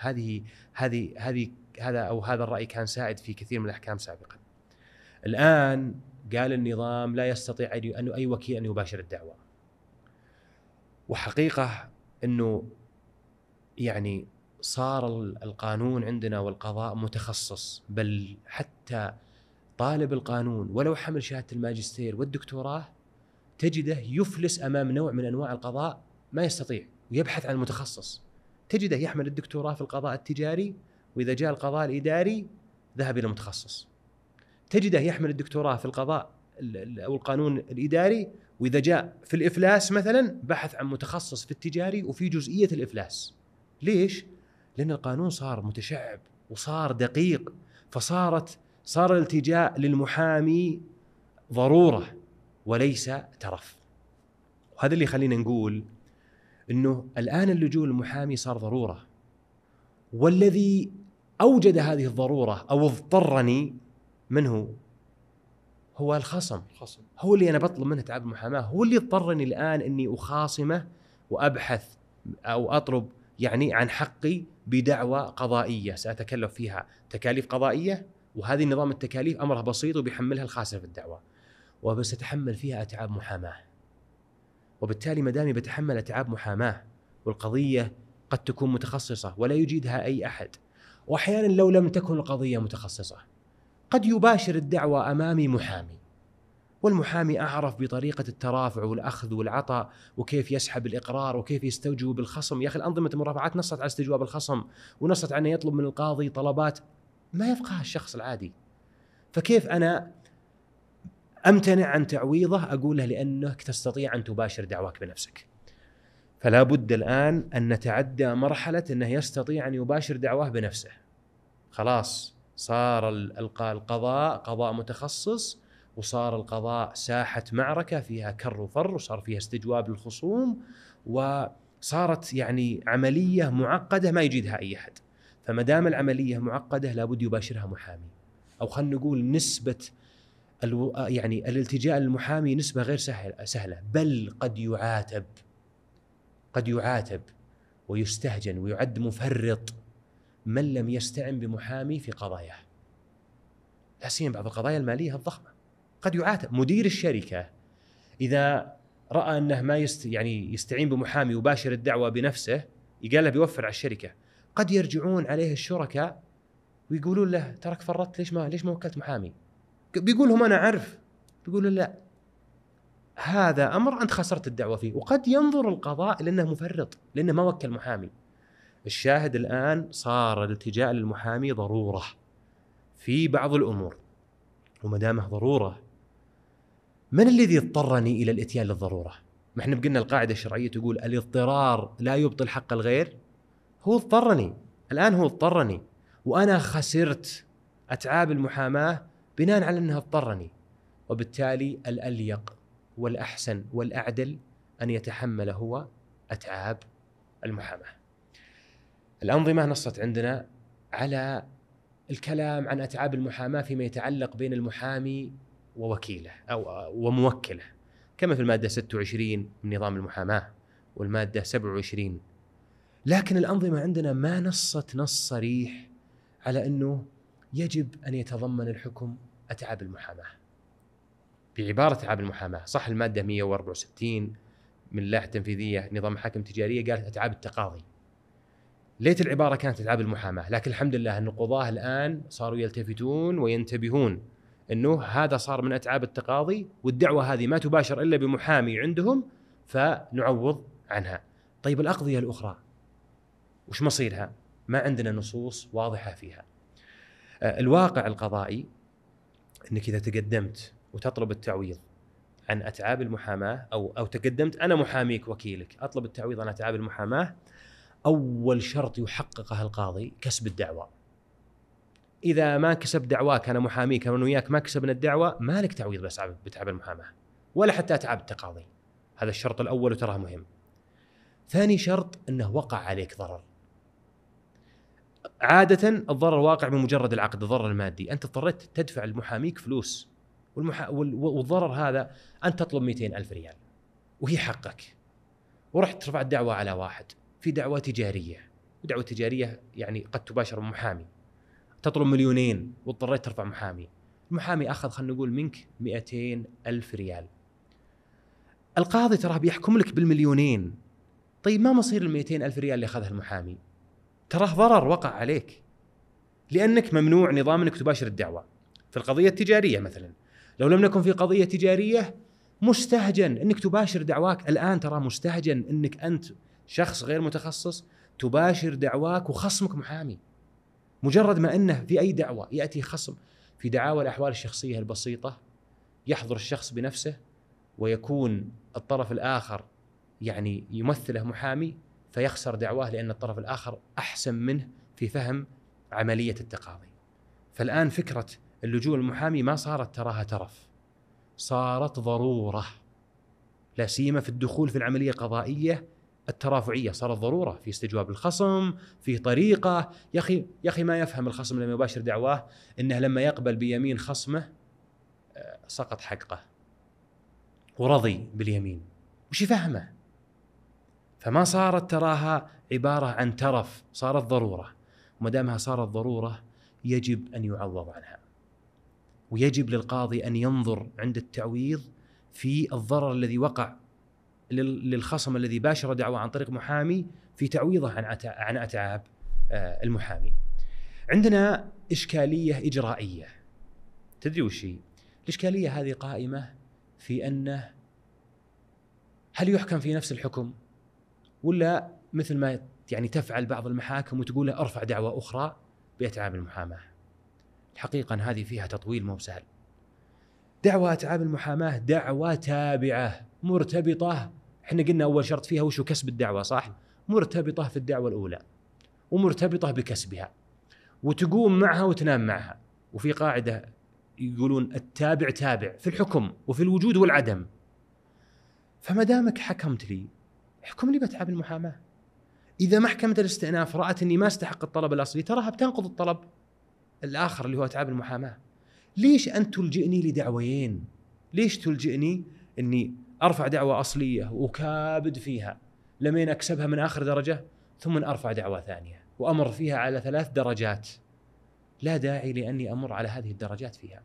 هذا الرأي كان سائد في كثير من الأحكام سابقا. الآن قال النظام لا يستطيع أن أي وكيل أن يباشر الدعوة. وحقيقة أنه يعني صار القانون عندنا والقضاء متخصص، بل حتى طالب القانون ولو حمل شهادة الماجستير والدكتوراه تجده يفلس أمام نوع من أنواع القضاء ما يستطيع، ويبحث عن المتخصص. تجده يحمل الدكتوراه في القضاء التجاري، وإذا جاء القضاء الإداري ذهب إلى متخصص. تجده يحمل الدكتوراه في القضاء أو القانون الإداري، وإذا جاء في الإفلاس مثلا بحث عن متخصص في التجاري وفي جزئية الإفلاس. ليش؟ لأن القانون صار متشعب وصار دقيق، صار الالتجاء للمحامي ضرورة وليس ترف. وهذا اللي يخلينا نقول إنه الآن اللجوء للمحامي صار ضرورة، والذي أوجد هذه الضرورة أو اضطرني منه هو الخصم. هو اللي أنا بطلب منه تعب المحاماة، هو اللي اضطرني الآن إني أخاصمه وأبحث أو أطلب يعني عن حقي بدعوى قضائية سأتكلف فيها تكاليف قضائية، وهذه نظام التكاليف أمرها بسيط وبيحملها الخاسر في الدعوة، وبستحمل فيها أتعاب محاماة. وبالتالي مدامي بتحمل أتعاب محاماة والقضية قد تكون متخصصة ولا يجيدها أي أحد، وأحيانا لو لم تكن القضية متخصصة قد يباشر الدعوة أمامي محامي، والمحامي أعرف بطريقة الترافع والأخذ والعطاء وكيف يسحب الإقرار وكيف يستوجب بالخصم. يا أخي الأنظمة المرافعات نصت على استجواب الخصم، ونصت على أن يطلب من القاضي طلبات ما يفقهها الشخص العادي. فكيف أنا أمتنع عن تعويضه؟ أقول له لأنك تستطيع أن تباشر دعواك بنفسك. فلا بد الآن أن نتعدى مرحلة أنه يستطيع أن يباشر دعواه بنفسه. خلاص صار القضاء قضاء متخصص، وصار القضاء ساحة معركة فيها كر وفر، وصار فيها استجواب للخصوم، وصارت يعني عملية معقدة ما يجيدها أي أحد. فمدام العملية معقدة لابد يباشرها محامي، أو خلينا نقول نسبة يعني الالتجاء للمحامي نسبة غير سهلة، بل قد يعاتب ويستهجن ويعد مفرط من لم يستعن بمحامي في قضاياه، لا سيما بعض القضايا المالية الضخمة. قد يعاتب مدير الشركة إذا رأى أنه ما يستعين بمحامي وباشر الدعوة بنفسه، يقال له بيوفر على الشركة. قد يرجعون عليه الشركاء ويقولون له ترك فرطت، ليش ما وكلت محامي؟ بيقول لهم أنا أعرف، بيقولوا لا هذا أمر أنت خسرت الدعوة فيه. وقد ينظر القضاء لأنه مفرط لأنه ما وكل محامي. الشاهد الآن صار الالتجاء للمحامي ضرورة في بعض الأمور، ومدامه ضرورة من الذي اضطرني إلى الإتيان للضرورة؟ ما احنا قلنا القاعدة الشرعية تقول الاضطرار لا يبطل حق الغير. هو اضطرني الآن، هو اضطرني وأنا خسرت أتعاب المحاماة بناء على أنها اضطرني، وبالتالي الأليق والأحسن والأعدل أن يتحمل هو أتعاب المحاماة. الأنظمة نصت عندنا على الكلام عن أتعاب المحاماة فيما يتعلق بين المحامي ووكيله أو وموكله، كما في المادة 26 من نظام المحاماة والمادة 27. لكن الأنظمة عندنا ما نصت نص صريح على أنه يجب أن يتضمن الحكم أتعاب المحاماة بعبارة أتعاب المحاماة. صح، المادة 164 من اللائحة التنفيذية نظام محاكم تجارية قالت أتعاب التقاضي، ليت العبارة كانت أتعاب المحاماة. لكن الحمد لله أن القضاة الآن صاروا يلتفتون وينتبهون أنه هذا صار من أتعاب التقاضي، والدعوة هذه ما تباشر إلا بمحامي عندهم، فنعوض عنها. طيب الأقضية الأخرى وش مصيرها؟ ما عندنا نصوص واضحة فيها. الواقع القضائي أنك إذا تقدمت وتطلب التعويض عن أتعاب المحاماة أو تقدمت أنا محاميك وكيلك أطلب التعويض عن أتعاب المحاماة، أول شرط يحققه القاضي كسب الدعوة. إذا ما كسب دعواك أنا محاميك أنا وياك ما كسبنا الدعوة، ما لك تعويض بأتعاب المحاماة ولا حتى أتعاب التقاضي. هذا الشرط الأول وتراه مهم. ثاني شرط أنه وقع عليك ضرر. عادة الضرر واقع بمجرد العقد، الضرر المادي، أنت اضطريت تدفع لمحاميك فلوس، والضرر هذا أنت تطلب 200,000 ريال وهي حقك، ورحت رفعت دعوة على واحد في دعوة تجارية، ودعوة تجارية يعني قد تباشر محامي، تطلب 2,000,000 واضطريت ترفع محامي. المحامي أخذ خلنا نقول منك 200,000 ريال، القاضي تراه بيحكم لك بال2,000,000. طيب ما مصير 200,000 ريال اللي أخذها المحامي؟ تراه ضرر وقع عليك لأنك ممنوع نظام أنك تباشر الدعوة. في القضية التجارية مثلا، لو لم نكن في قضية تجارية مستهجن أنك تباشر دعواك. الآن ترى مستهجن أنك أنت شخص غير متخصص تباشر دعواك وخصمك محامي. مجرد ما أنه في أي دعوة يأتي خصم في دعاوى الأحوال الشخصية البسيطة يحضر الشخص بنفسه ويكون الطرف الآخر يعني يمثله محامي فيخسر دعواه لأن الطرف الآخر أحسن منه في فهم عملية التقاضي. فالآن فكرة اللجوء المحامي ما صارت تراها ترف، صارت ضرورة، لا سيما في الدخول في العملية القضائية الترافعية. صارت ضرورة في استجواب الخصم، في طريقة. يا أخي ما يفهم الخصم لما يباشر دعواه إنه لما يقبل بيمين خصمه سقط حقه ورضي باليمين، وش يفهمه؟ فما صارت تراها عبارة عن ترف، صارت ضرورة. وما دامها صارت ضرورة يجب أن يعوض عنها، ويجب للقاضي أن ينظر عند التعويض في الضرر الذي وقع للخصم الذي باشر دعوة عن طريق محامي في تعويضه عن أتعاب المحامي. عندنا إشكالية إجرائية. تدري وش هي؟ الإشكالية هذه قائمة في أنه هل يحكم في نفس الحكم، ولا مثل ما يعني تفعل بعض المحاكم وتقول له ارفع دعوة أخرى بأتعاب المحاماة. الحقيقة أن هذه فيها تطويل مو سهل. دعوة أتعاب المحاماة دعوة تابعة مرتبطة، احنا قلنا أول شرط فيها وش كسب الدعوة، صح؟ مرتبطة في الدعوة الأولى ومرتبطة بكسبها، وتقوم معها وتنام معها. وفي قاعدة يقولون التابع تابع في الحكم وفي الوجود والعدم. فما دامك حكمت لي احكم لي بأتعاب المحاماة. إذا محكمة الاستئناف رأت أني ما استحق الطلب الأصلي تراها بتنقض الطلب الآخر اللي هو أتعاب المحاماة. ليش أنت تلجئني لدعوين؟ ليش تلجئني أني أرفع دعوة أصلية وكابد فيها لمن أكسبها من آخر درجة ثم أرفع دعوة ثانية وأمر فيها على 3 درجات؟ لا داعي لأني أمر على هذه الدرجات فيها.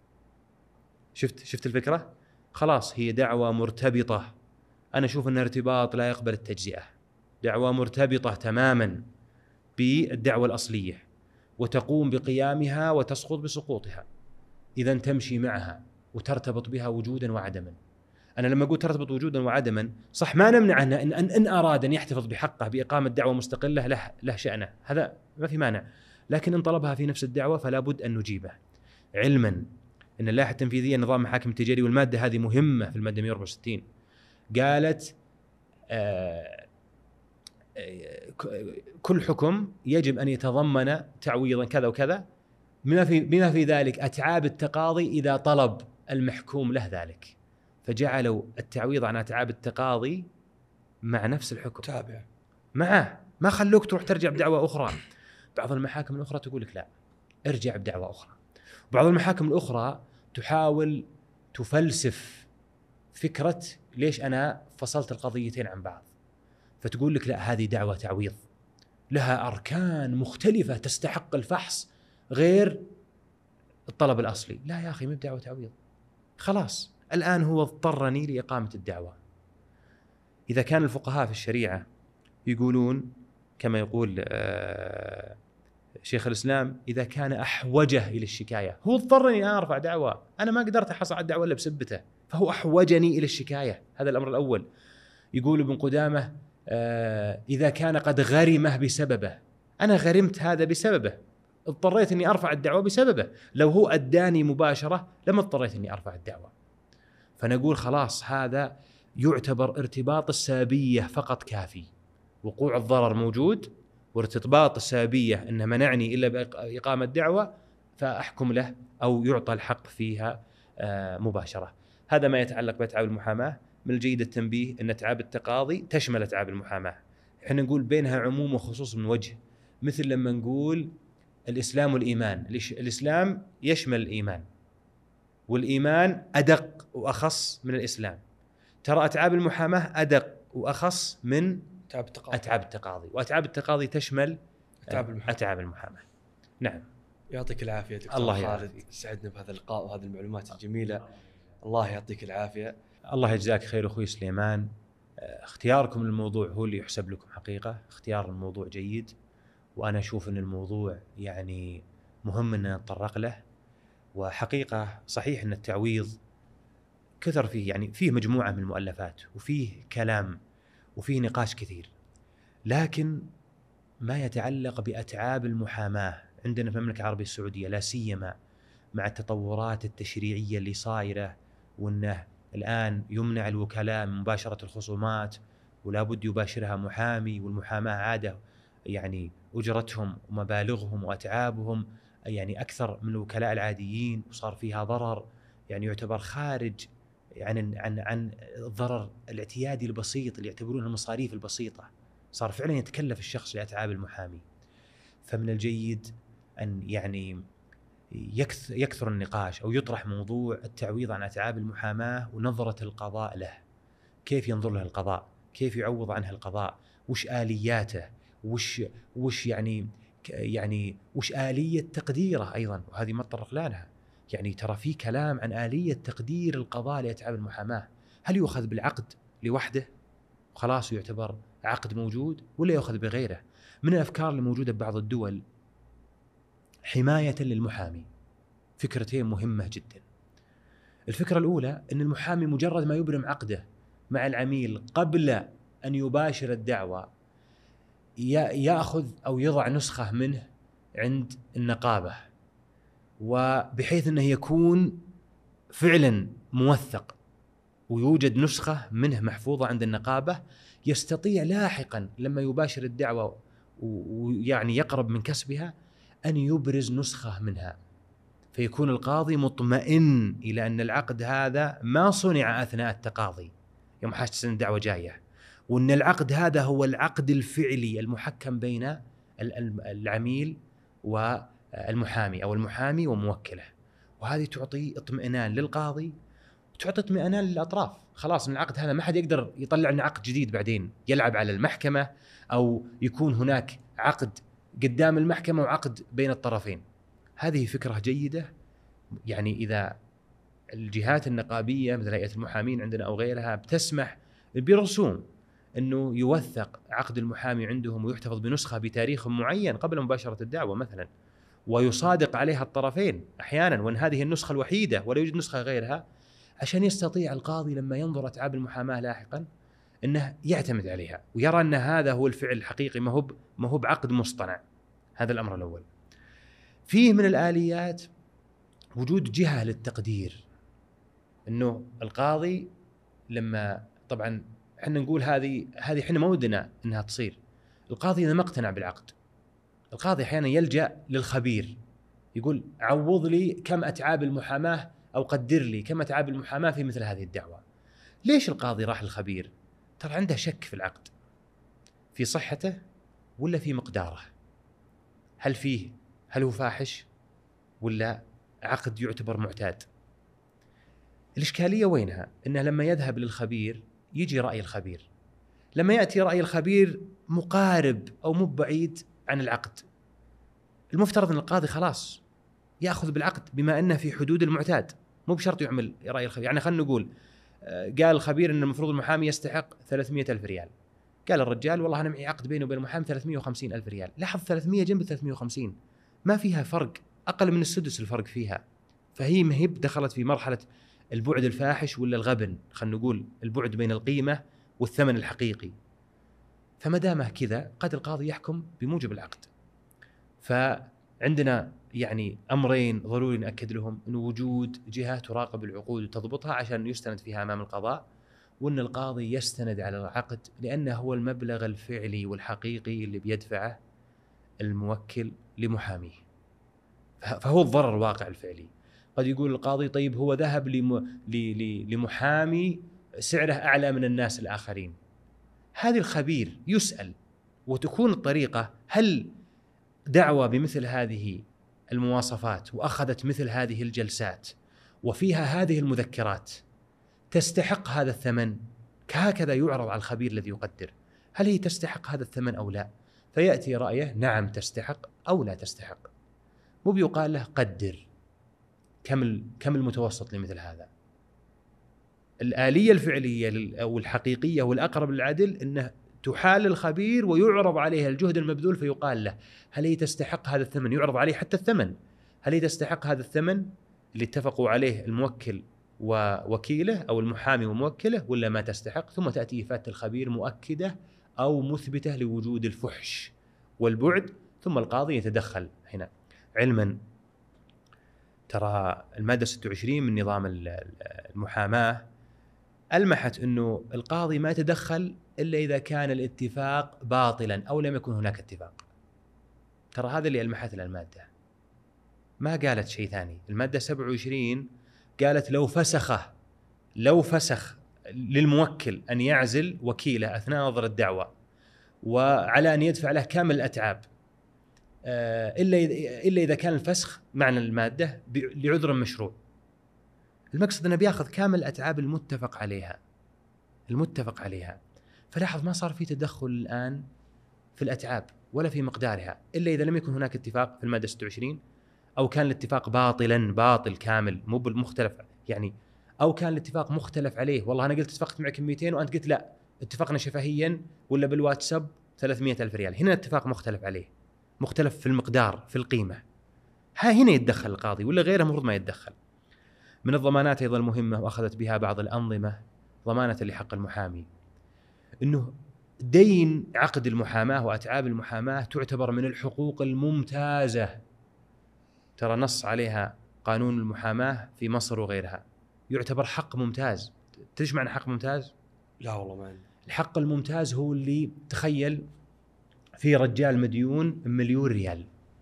شفت الفكرة؟ خلاص هي دعوة مرتبطة، أنا أشوف أن ارتباط لا يقبل التجزئة، دعوة مرتبطة تماما بالدعوة الأصلية وتقوم بقيامها وتسقط بسقوطها، إذن تمشي معها وترتبط بها وجودا وعدما. أنا لما أقول ترتبط وجودا وعدما صح ما نمنع أن أراد أن يحتفظ بحقه بإقامة دعوة مستقلة له شأنه، هذا ما في مانع، لكن إن طلبها في نفس الدعوة فلا بد أن نجيبه، علما أن اللائحة التنفيذية نظام محاكم التجاري والمادة هذه مهمة في المادة 164 قالت كل حكم يجب أن يتضمن تعويضا كذا وكذا، بما في ذلك أتعاب التقاضي إذا طلب المحكوم له ذلك، فجعلوا التعويض عن أتعاب التقاضي مع نفس الحكم تابع معه، ما خلوك تروح ترجع بدعوة أخرى. بعض المحاكم الأخرى تقول لك لا، ارجع بدعوة أخرى. بعض المحاكم الأخرى تحاول تفلسف فكرة ليش أنا فصلت القضيتين عن بعض، فتقول لك لا، هذه دعوة تعويض لها أركان مختلفة تستحق الفحص غير الطلب الأصلي. لا يا أخي، ما بدعوة تعويض، خلاص الآن هو اضطرني لإقامة الدعوة. إذا كان الفقهاء في الشريعة يقولون كما يقول شيخ الإسلام، إذا كان أحوجه إلى الشكاية، هو اضطرني أن أرفع دعوة، أنا ما قدرت أحصل على الدعوة إلا بسبته، فهو أحوجني إلى الشكاية، هذا الأمر الأول. يقول ابن قدامة إذا كان قد غرمه بسببه، أنا غرمت هذا بسببه، اضطريت أني أرفع الدعوة بسببه، لو هو أداني مباشرة لما اضطريت أني أرفع الدعوة. فنقول خلاص هذا يعتبر ارتباط السببية فقط كافي، وقوع الضرر موجود وارتباط السببية أنه منعني إلا بإقامة دعوة، فأحكم له أو يعطى الحق فيها مباشرة. هذا ما يتعلق بأتعاب المحاماة. من الجيد التنبيه أن أتعاب التقاضي تشمل أتعاب المحاماة، احنا نقول بينها عموم وخصوص من وجه، مثل لما نقول الإسلام والإيمان، الإسلام يشمل الإيمان، والإيمان أدق وأخص من الإسلام. ترى أتعاب المحاماة أدق وأخص من أتعاب التقاضي، وأتعاب التقاضي تشمل أتعاب المحاماة. نعم. يعطيك العافية دكتور الله خالد، سعدنا بهذا اللقاء وهذه المعلومات الجميلة، الله يعطيك العافية. الله يجزاك خير أخوي سليمان، اختياركم للموضوع هو اللي يحسب لكم حقيقة، اختيار الموضوع جيد، وأنا أشوف أن الموضوع يعني مهم أن نتطرق له. وحقيقة صحيح أن التعويض كثر فيه، يعني فيه مجموعة من المؤلفات وفيه كلام وفيه نقاش كثير، لكن ما يتعلق بأتعاب المحاماة عندنا في المملكة العربية السعودية، لا سيما مع التطورات التشريعية اللي صايرة، وأنه الآن يمنع الوكلاء من مباشرة الخصومات ولا بد يباشرها محامي، والمحاماة عادة يعني أجرتهم ومبالغهم وأتعابهم يعني أكثر من الوكلاء العاديين، وصار فيها ضرر يعني يعتبر خارج عن الضرر الاعتيادي البسيط اللي يعتبرونه المصاريف البسيطة، صار فعلا يتكلف الشخص لأتعاب المحامي. فمن الجيد أن يعني يكثر النقاش أو يطرح موضوع التعويض عن أتعاب المحاماة ونظرة القضاء له، كيف ينظر له القضاء، كيف يعوض عنه القضاء، وش آلياته، وش يعني وش آلية تقديره أيضا، وهذه ما تطرق لها. يعني ترى في كلام عن آلية تقدير القضاء لأتعاب المحاماة، هل يؤخذ بالعقد لوحده وخلاص يعتبر عقد موجود، ولا يؤخذ بغيره؟ من الأفكار اللي موجودة ببعض الدول حماية للمحامي فكرتين مهمة جدا. الفكرة الأولى أن المحامي مجرد ما يبرم عقده مع العميل قبل أن يباشر الدعوة يأخذ أو يضع نسخة منه عند النقابة، وبحيث أنه يكون فعلا موثق ويوجد نسخة منه محفوظة عند النقابة، يستطيع لاحقا لما يباشر الدعوة ويعني يقرب من كسبها أن يبرز نسخة منها، فيكون القاضي مطمئن إلى أن العقد هذا ما صنع أثناء التقاضي يوم حاسس أن الدعوة جاية، وأن العقد هذا هو العقد الفعلي المحكم بين العميل والمحامي أو المحامي وموكله. وهذه تعطي اطمئنان للقاضي وتعطي اطمئنان للأطراف، خلاص من العقد هذا ما حد يقدر يطلع لنا عقد جديد بعدين يلعب على المحكمة، أو يكون هناك عقد قدام المحكمة وعقد بين الطرفين. هذه فكرة جيدة، يعني إذا الجهات النقابية مثل هيئة المحامين عندنا أو غيرها بتسمح برسوم أنه يوثق عقد المحامي عندهم ويحتفظ بنسخة بتاريخ معين قبل مباشرة الدعوة مثلا، ويصادق عليها الطرفين أحيانا، وأن هذه النسخة الوحيدة ولا يوجد نسخة غيرها، عشان يستطيع القاضي لما ينظر أتعاب المحاماة لاحقا أنه يعتمد عليها ويرى أن هذا هو الفعل الحقيقي، ما هو بعقد مصطنع. هذا الأمر الأول. فيه من الآليات وجود جهة للتقدير، أنه القاضي لما طبعا احنا نقول هذه احنا ما ودنا أنها تصير، القاضي إذا ما اقتنع بالعقد، القاضي أحيانا يلجأ للخبير، يقول عوض لي كم أتعاب المحاماة أو قدر لي كم أتعاب المحاماة في مثل هذه الدعوة. ليش القاضي راح للخبير؟ ترى عنده شك في العقد، في صحته ولا في مقداره، هل هو فاحش ولا عقد يعتبر معتاد. الإشكالية وينها؟ إنه لما يذهب للخبير يجي رأي الخبير، لما يأتي رأي الخبير مقارب أو مو بعيد عن العقد، المفترض أن القاضي خلاص يأخذ بالعقد بما أنه في حدود المعتاد، مو بشرط يعمل رأي الخبير. يعني خلينا نقول قال الخبير أن المفروض المحامي يستحق 300,000 ريال، قال الرجال والله أنا معي عقد بيني وبين المحامي 350,000 ريال. لاحظ 300 جنب 350 ما فيها فرق، أقل من السدس الفرق فيها، فهي مهب دخلت في مرحلة البعد الفاحش ولا الغبن، خلينا نقول البعد بين القيمة والثمن الحقيقي. فما دامه كذا قد القاضي يحكم بموجب العقد. فعندنا يعني أمرين ضروري نأكد لهم، إنه وجود جهة تراقب العقود وتضبطها عشان يستند فيها أمام القضاء، وأن القاضي يستند على العقد لأنه هو المبلغ الفعلي والحقيقي اللي بيدفعه الموكل لمحاميه، فهو الضرر الواقع الفعلي. قد يقول القاضي طيب هو ذهب لمحامي سعره أعلى من الناس الآخرين، هذه الخبير يسأل، وتكون الطريقة هل دعوة بمثل هذه المواصفات وأخذت مثل هذه الجلسات وفيها هذه المذكرات تستحق هذا الثمن؟ هكذا يعرض على الخبير الذي يقدر، هل هي تستحق هذا الثمن أو لا؟ فيأتي رأيه نعم تستحق أو لا تستحق، مو بيقال له قدر كم المتوسط لمثل هذا. الآلية الفعلية أو الحقيقية والأقرب للعدل أنه تحال الخبير ويعرض عليه الجهد المبذول، فيقال له هل هي تستحق هذا الثمن، يعرض عليه حتى الثمن، هل هي تستحق هذا الثمن اللي اتفقوا عليه الموكل ووكيله أو المحامي وموكله ولا ما تستحق. ثم تأتي إفادة الخبير مؤكدة أو مثبتة لوجود الفحش والبعد، ثم القاضي يتدخل هنا. علما ترى المادة 26 من نظام المحاماة ألمحت أنه القاضي ما يتدخل إلا إذا كان الاتفاق باطلا أو لم يكن هناك اتفاق. ترى هذا اللي ألمحت المادة، ما قالت شيء ثاني. المادة 27 قالت لو فسخ للموكل أن يعزل وكيله أثناء نظر الدعوة وعلى أن يدفع له كامل الأتعاب إلا إذا كان الفسخ معنى المادة لعذر مشروع. المقصد أنه بياخذ كامل الأتعاب المتفق عليها. فلاحظ ما صار في تدخل الآن في الأتعاب ولا في مقدارها إلا إذا لم يكن هناك اتفاق في المادة 26، أو كان الاتفاق باطل كامل مو بالمختلف يعني، أو كان الاتفاق مختلف عليه، والله أنا قلت اتفقت معك 200 وأنت قلت لا اتفقنا شفهيا ولا بالواتساب 300,000 ريال، هنا الاتفاق مختلف عليه، مختلف في المقدار في القيمة، هنا يتدخل القاضي ولا غيره المفروض ما يتدخل. من الضمانات أيضا المهمة وأخذت بها بعض الأنظمة ضمانة لحق المحامي، إنه دين عقد المحاماة وأتعاب المحاماة تعتبر من الحقوق الممتازة، ترى نص عليها قانون المحاماة في مصر وغيرها، يعتبر حق ممتاز. تدري معنى حق ممتاز؟ لا والله ما عندي. الحق الممتاز هو اللي تخيل في رجال مديون 1,000,000 ريال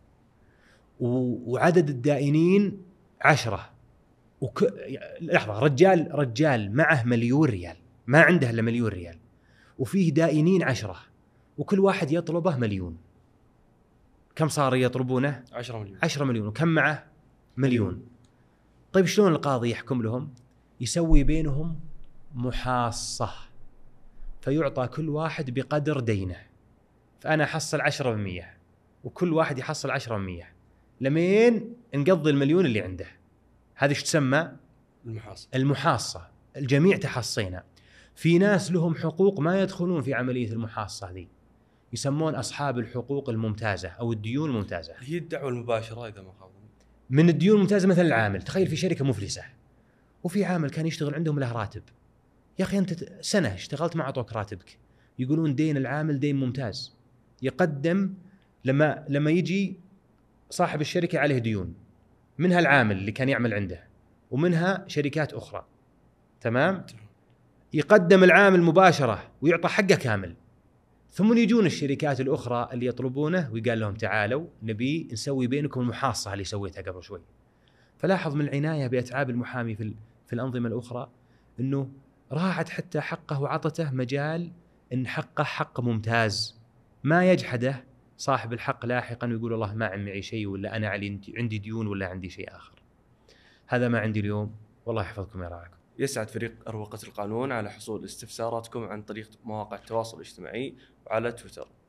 وعدد الدائنين 10 لحظة، رجال معه 1,000,000 ريال، ما عنده إلا 1,000,000 ريال، وفيه دائنين 10، وكل واحد يطلبه 1,000,000. كم صار يطلبونه؟ 10 مليون. 10 مليون، وكم معه؟ 1,000,000. طيب شلون القاضي يحكم لهم؟ يسوي بينهم محاصة، فيعطى كل واحد بقدر دينه، فأنا أحصل 10% وكل واحد يحصل 10% لمين نقضي 1,000,000 اللي عنده. هذه ايش تسمى؟ المحاصة. الجميع تحصينا. في ناس لهم حقوق ما يدخلون في عملية المحاصة دي، يسمون أصحاب الحقوق الممتازة أو الديون الممتازة. هي الدعوة المباشرة إذا ما خاب. من الديون الممتازة مثل العامل، تخيل في شركة مفلسة وفي عامل كان يشتغل عندهم له راتب، يا أخي أنت سنة اشتغلت ما أعطوك راتبك، يقولون دين العامل دين ممتاز، يقدم لما يجي صاحب الشركة عليه ديون، منها العامل اللي كان يعمل عنده ومنها شركات أخرى، تمام؟ يقدم العامل مباشرة ويعطى حقه كامل، ثم يجون الشركات الأخرى اللي يطلبونه ويقال لهم تعالوا نبي نسوي بينكم المحاصة اللي سويتها قبل شوي. فلاحظ من العناية بأتعاب المحامي في الأنظمة الأخرى أنه راعت حتى حقه وعطته مجال أن حقه حق ممتاز ما يجحده صاحب الحق لاحقا ويقول والله ما عندي معي شيء ولا أنا عندي ديون ولا عندي شيء آخر. هذا ما عندي اليوم، والله يحفظكم ويرعاكم. يسعد فريق أروقة القانون على حصول استفساراتكم عن طريق مواقع التواصل الاجتماعي وعلى تويتر.